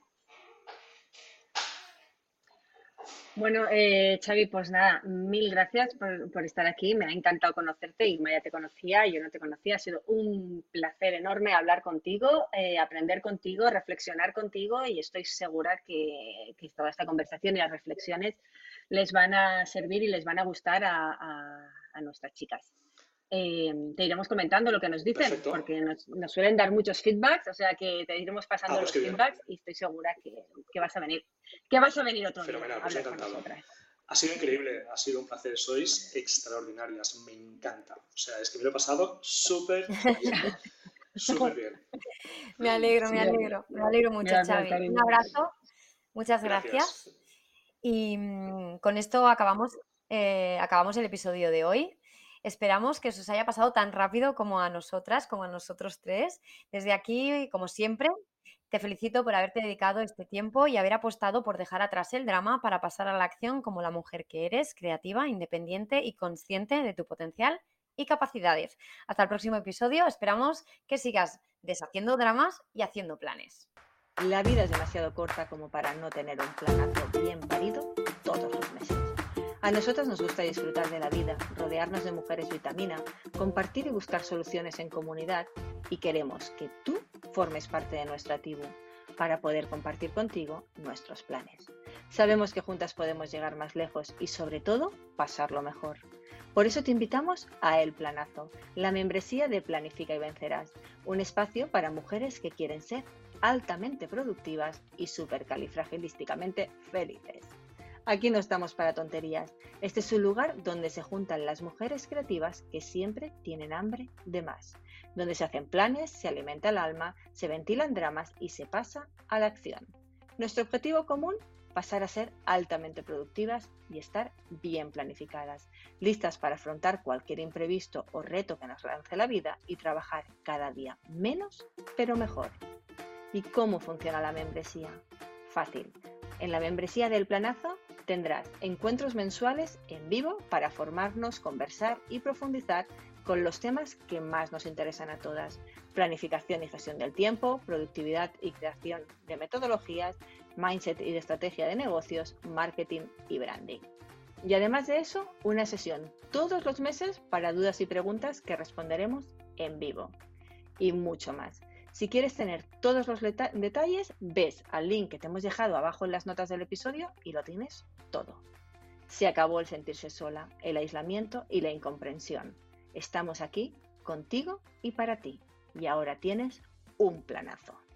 Bueno, Xavi, pues nada, mil gracias por estar aquí. Me ha encantado conocerte. Irma ya te conocía, yo no te conocía. Ha sido un placer enorme hablar contigo, aprender contigo, reflexionar contigo, y estoy segura que toda esta conversación y las reflexiones les van a servir y les van a gustar a nuestras chicas. Te iremos comentando lo que nos dicen. Perfecto. Porque nos suelen dar muchos feedbacks, o sea que te iremos pasando los feedbacks, y estoy segura que vas a venir. Que vas a venir otro día. Fenomenal, pues encantado. Ha sido increíble, ha sido un placer, sois extraordinarias, me encanta. O sea, es que me lo he pasado súper bien. Súper bien. Me alegro mucho, Xavi. Un abrazo, muchas gracias. Y con esto acabamos el episodio de hoy. Esperamos que os haya pasado tan rápido como a nosotras, como a nosotros tres. Desde aquí, como siempre, te felicito por haberte dedicado este tiempo y haber apostado por dejar atrás el drama para pasar a la acción como la mujer que eres, creativa, independiente y consciente de tu potencial y capacidades. Hasta el próximo episodio. Esperamos que sigas deshaciendo dramas y haciendo planes. La vida es demasiado corta como para no tener un planazo bien parido todos los meses. A nosotras nos gusta disfrutar de la vida, rodearnos de mujeres vitamina, compartir y buscar soluciones en comunidad, y queremos que tú formes parte de nuestra tribu para poder compartir contigo nuestros planes. Sabemos que juntas podemos llegar más lejos y sobre todo pasarlo mejor. Por eso te invitamos a El Planazo, la membresía de Planifica y Vencerás, un espacio para mujeres que quieren ser altamente productivas y supercalifragilísticamente felices. Aquí no estamos para tonterías. Este es un lugar donde se juntan las mujeres creativas que siempre tienen hambre de más, donde se hacen planes, se alimenta el alma, se ventilan dramas y se pasa a la acción. Nuestro objetivo común: pasar a ser altamente productivas y estar bien planificadas, listas para afrontar cualquier imprevisto o reto que nos lance la vida y trabajar cada día menos, pero mejor. ¿Y cómo funciona la membresía? Fácil. En la membresía del Planazo tendrás encuentros mensuales en vivo para formarnos, conversar y profundizar con los temas que más nos interesan a todas: planificación y gestión del tiempo, productividad y creación de metodologías, mindset y de estrategia de negocios, marketing y branding. Y además de eso, una sesión todos los meses para dudas y preguntas que responderemos en vivo. Y mucho más. Si quieres tener todos los detalles, ves al link que te hemos dejado abajo en las notas del episodio y lo tienes todo. Se acabó el sentirse sola, el aislamiento y la incomprensión. Estamos aquí contigo y para ti. Y ahora tienes un planazo.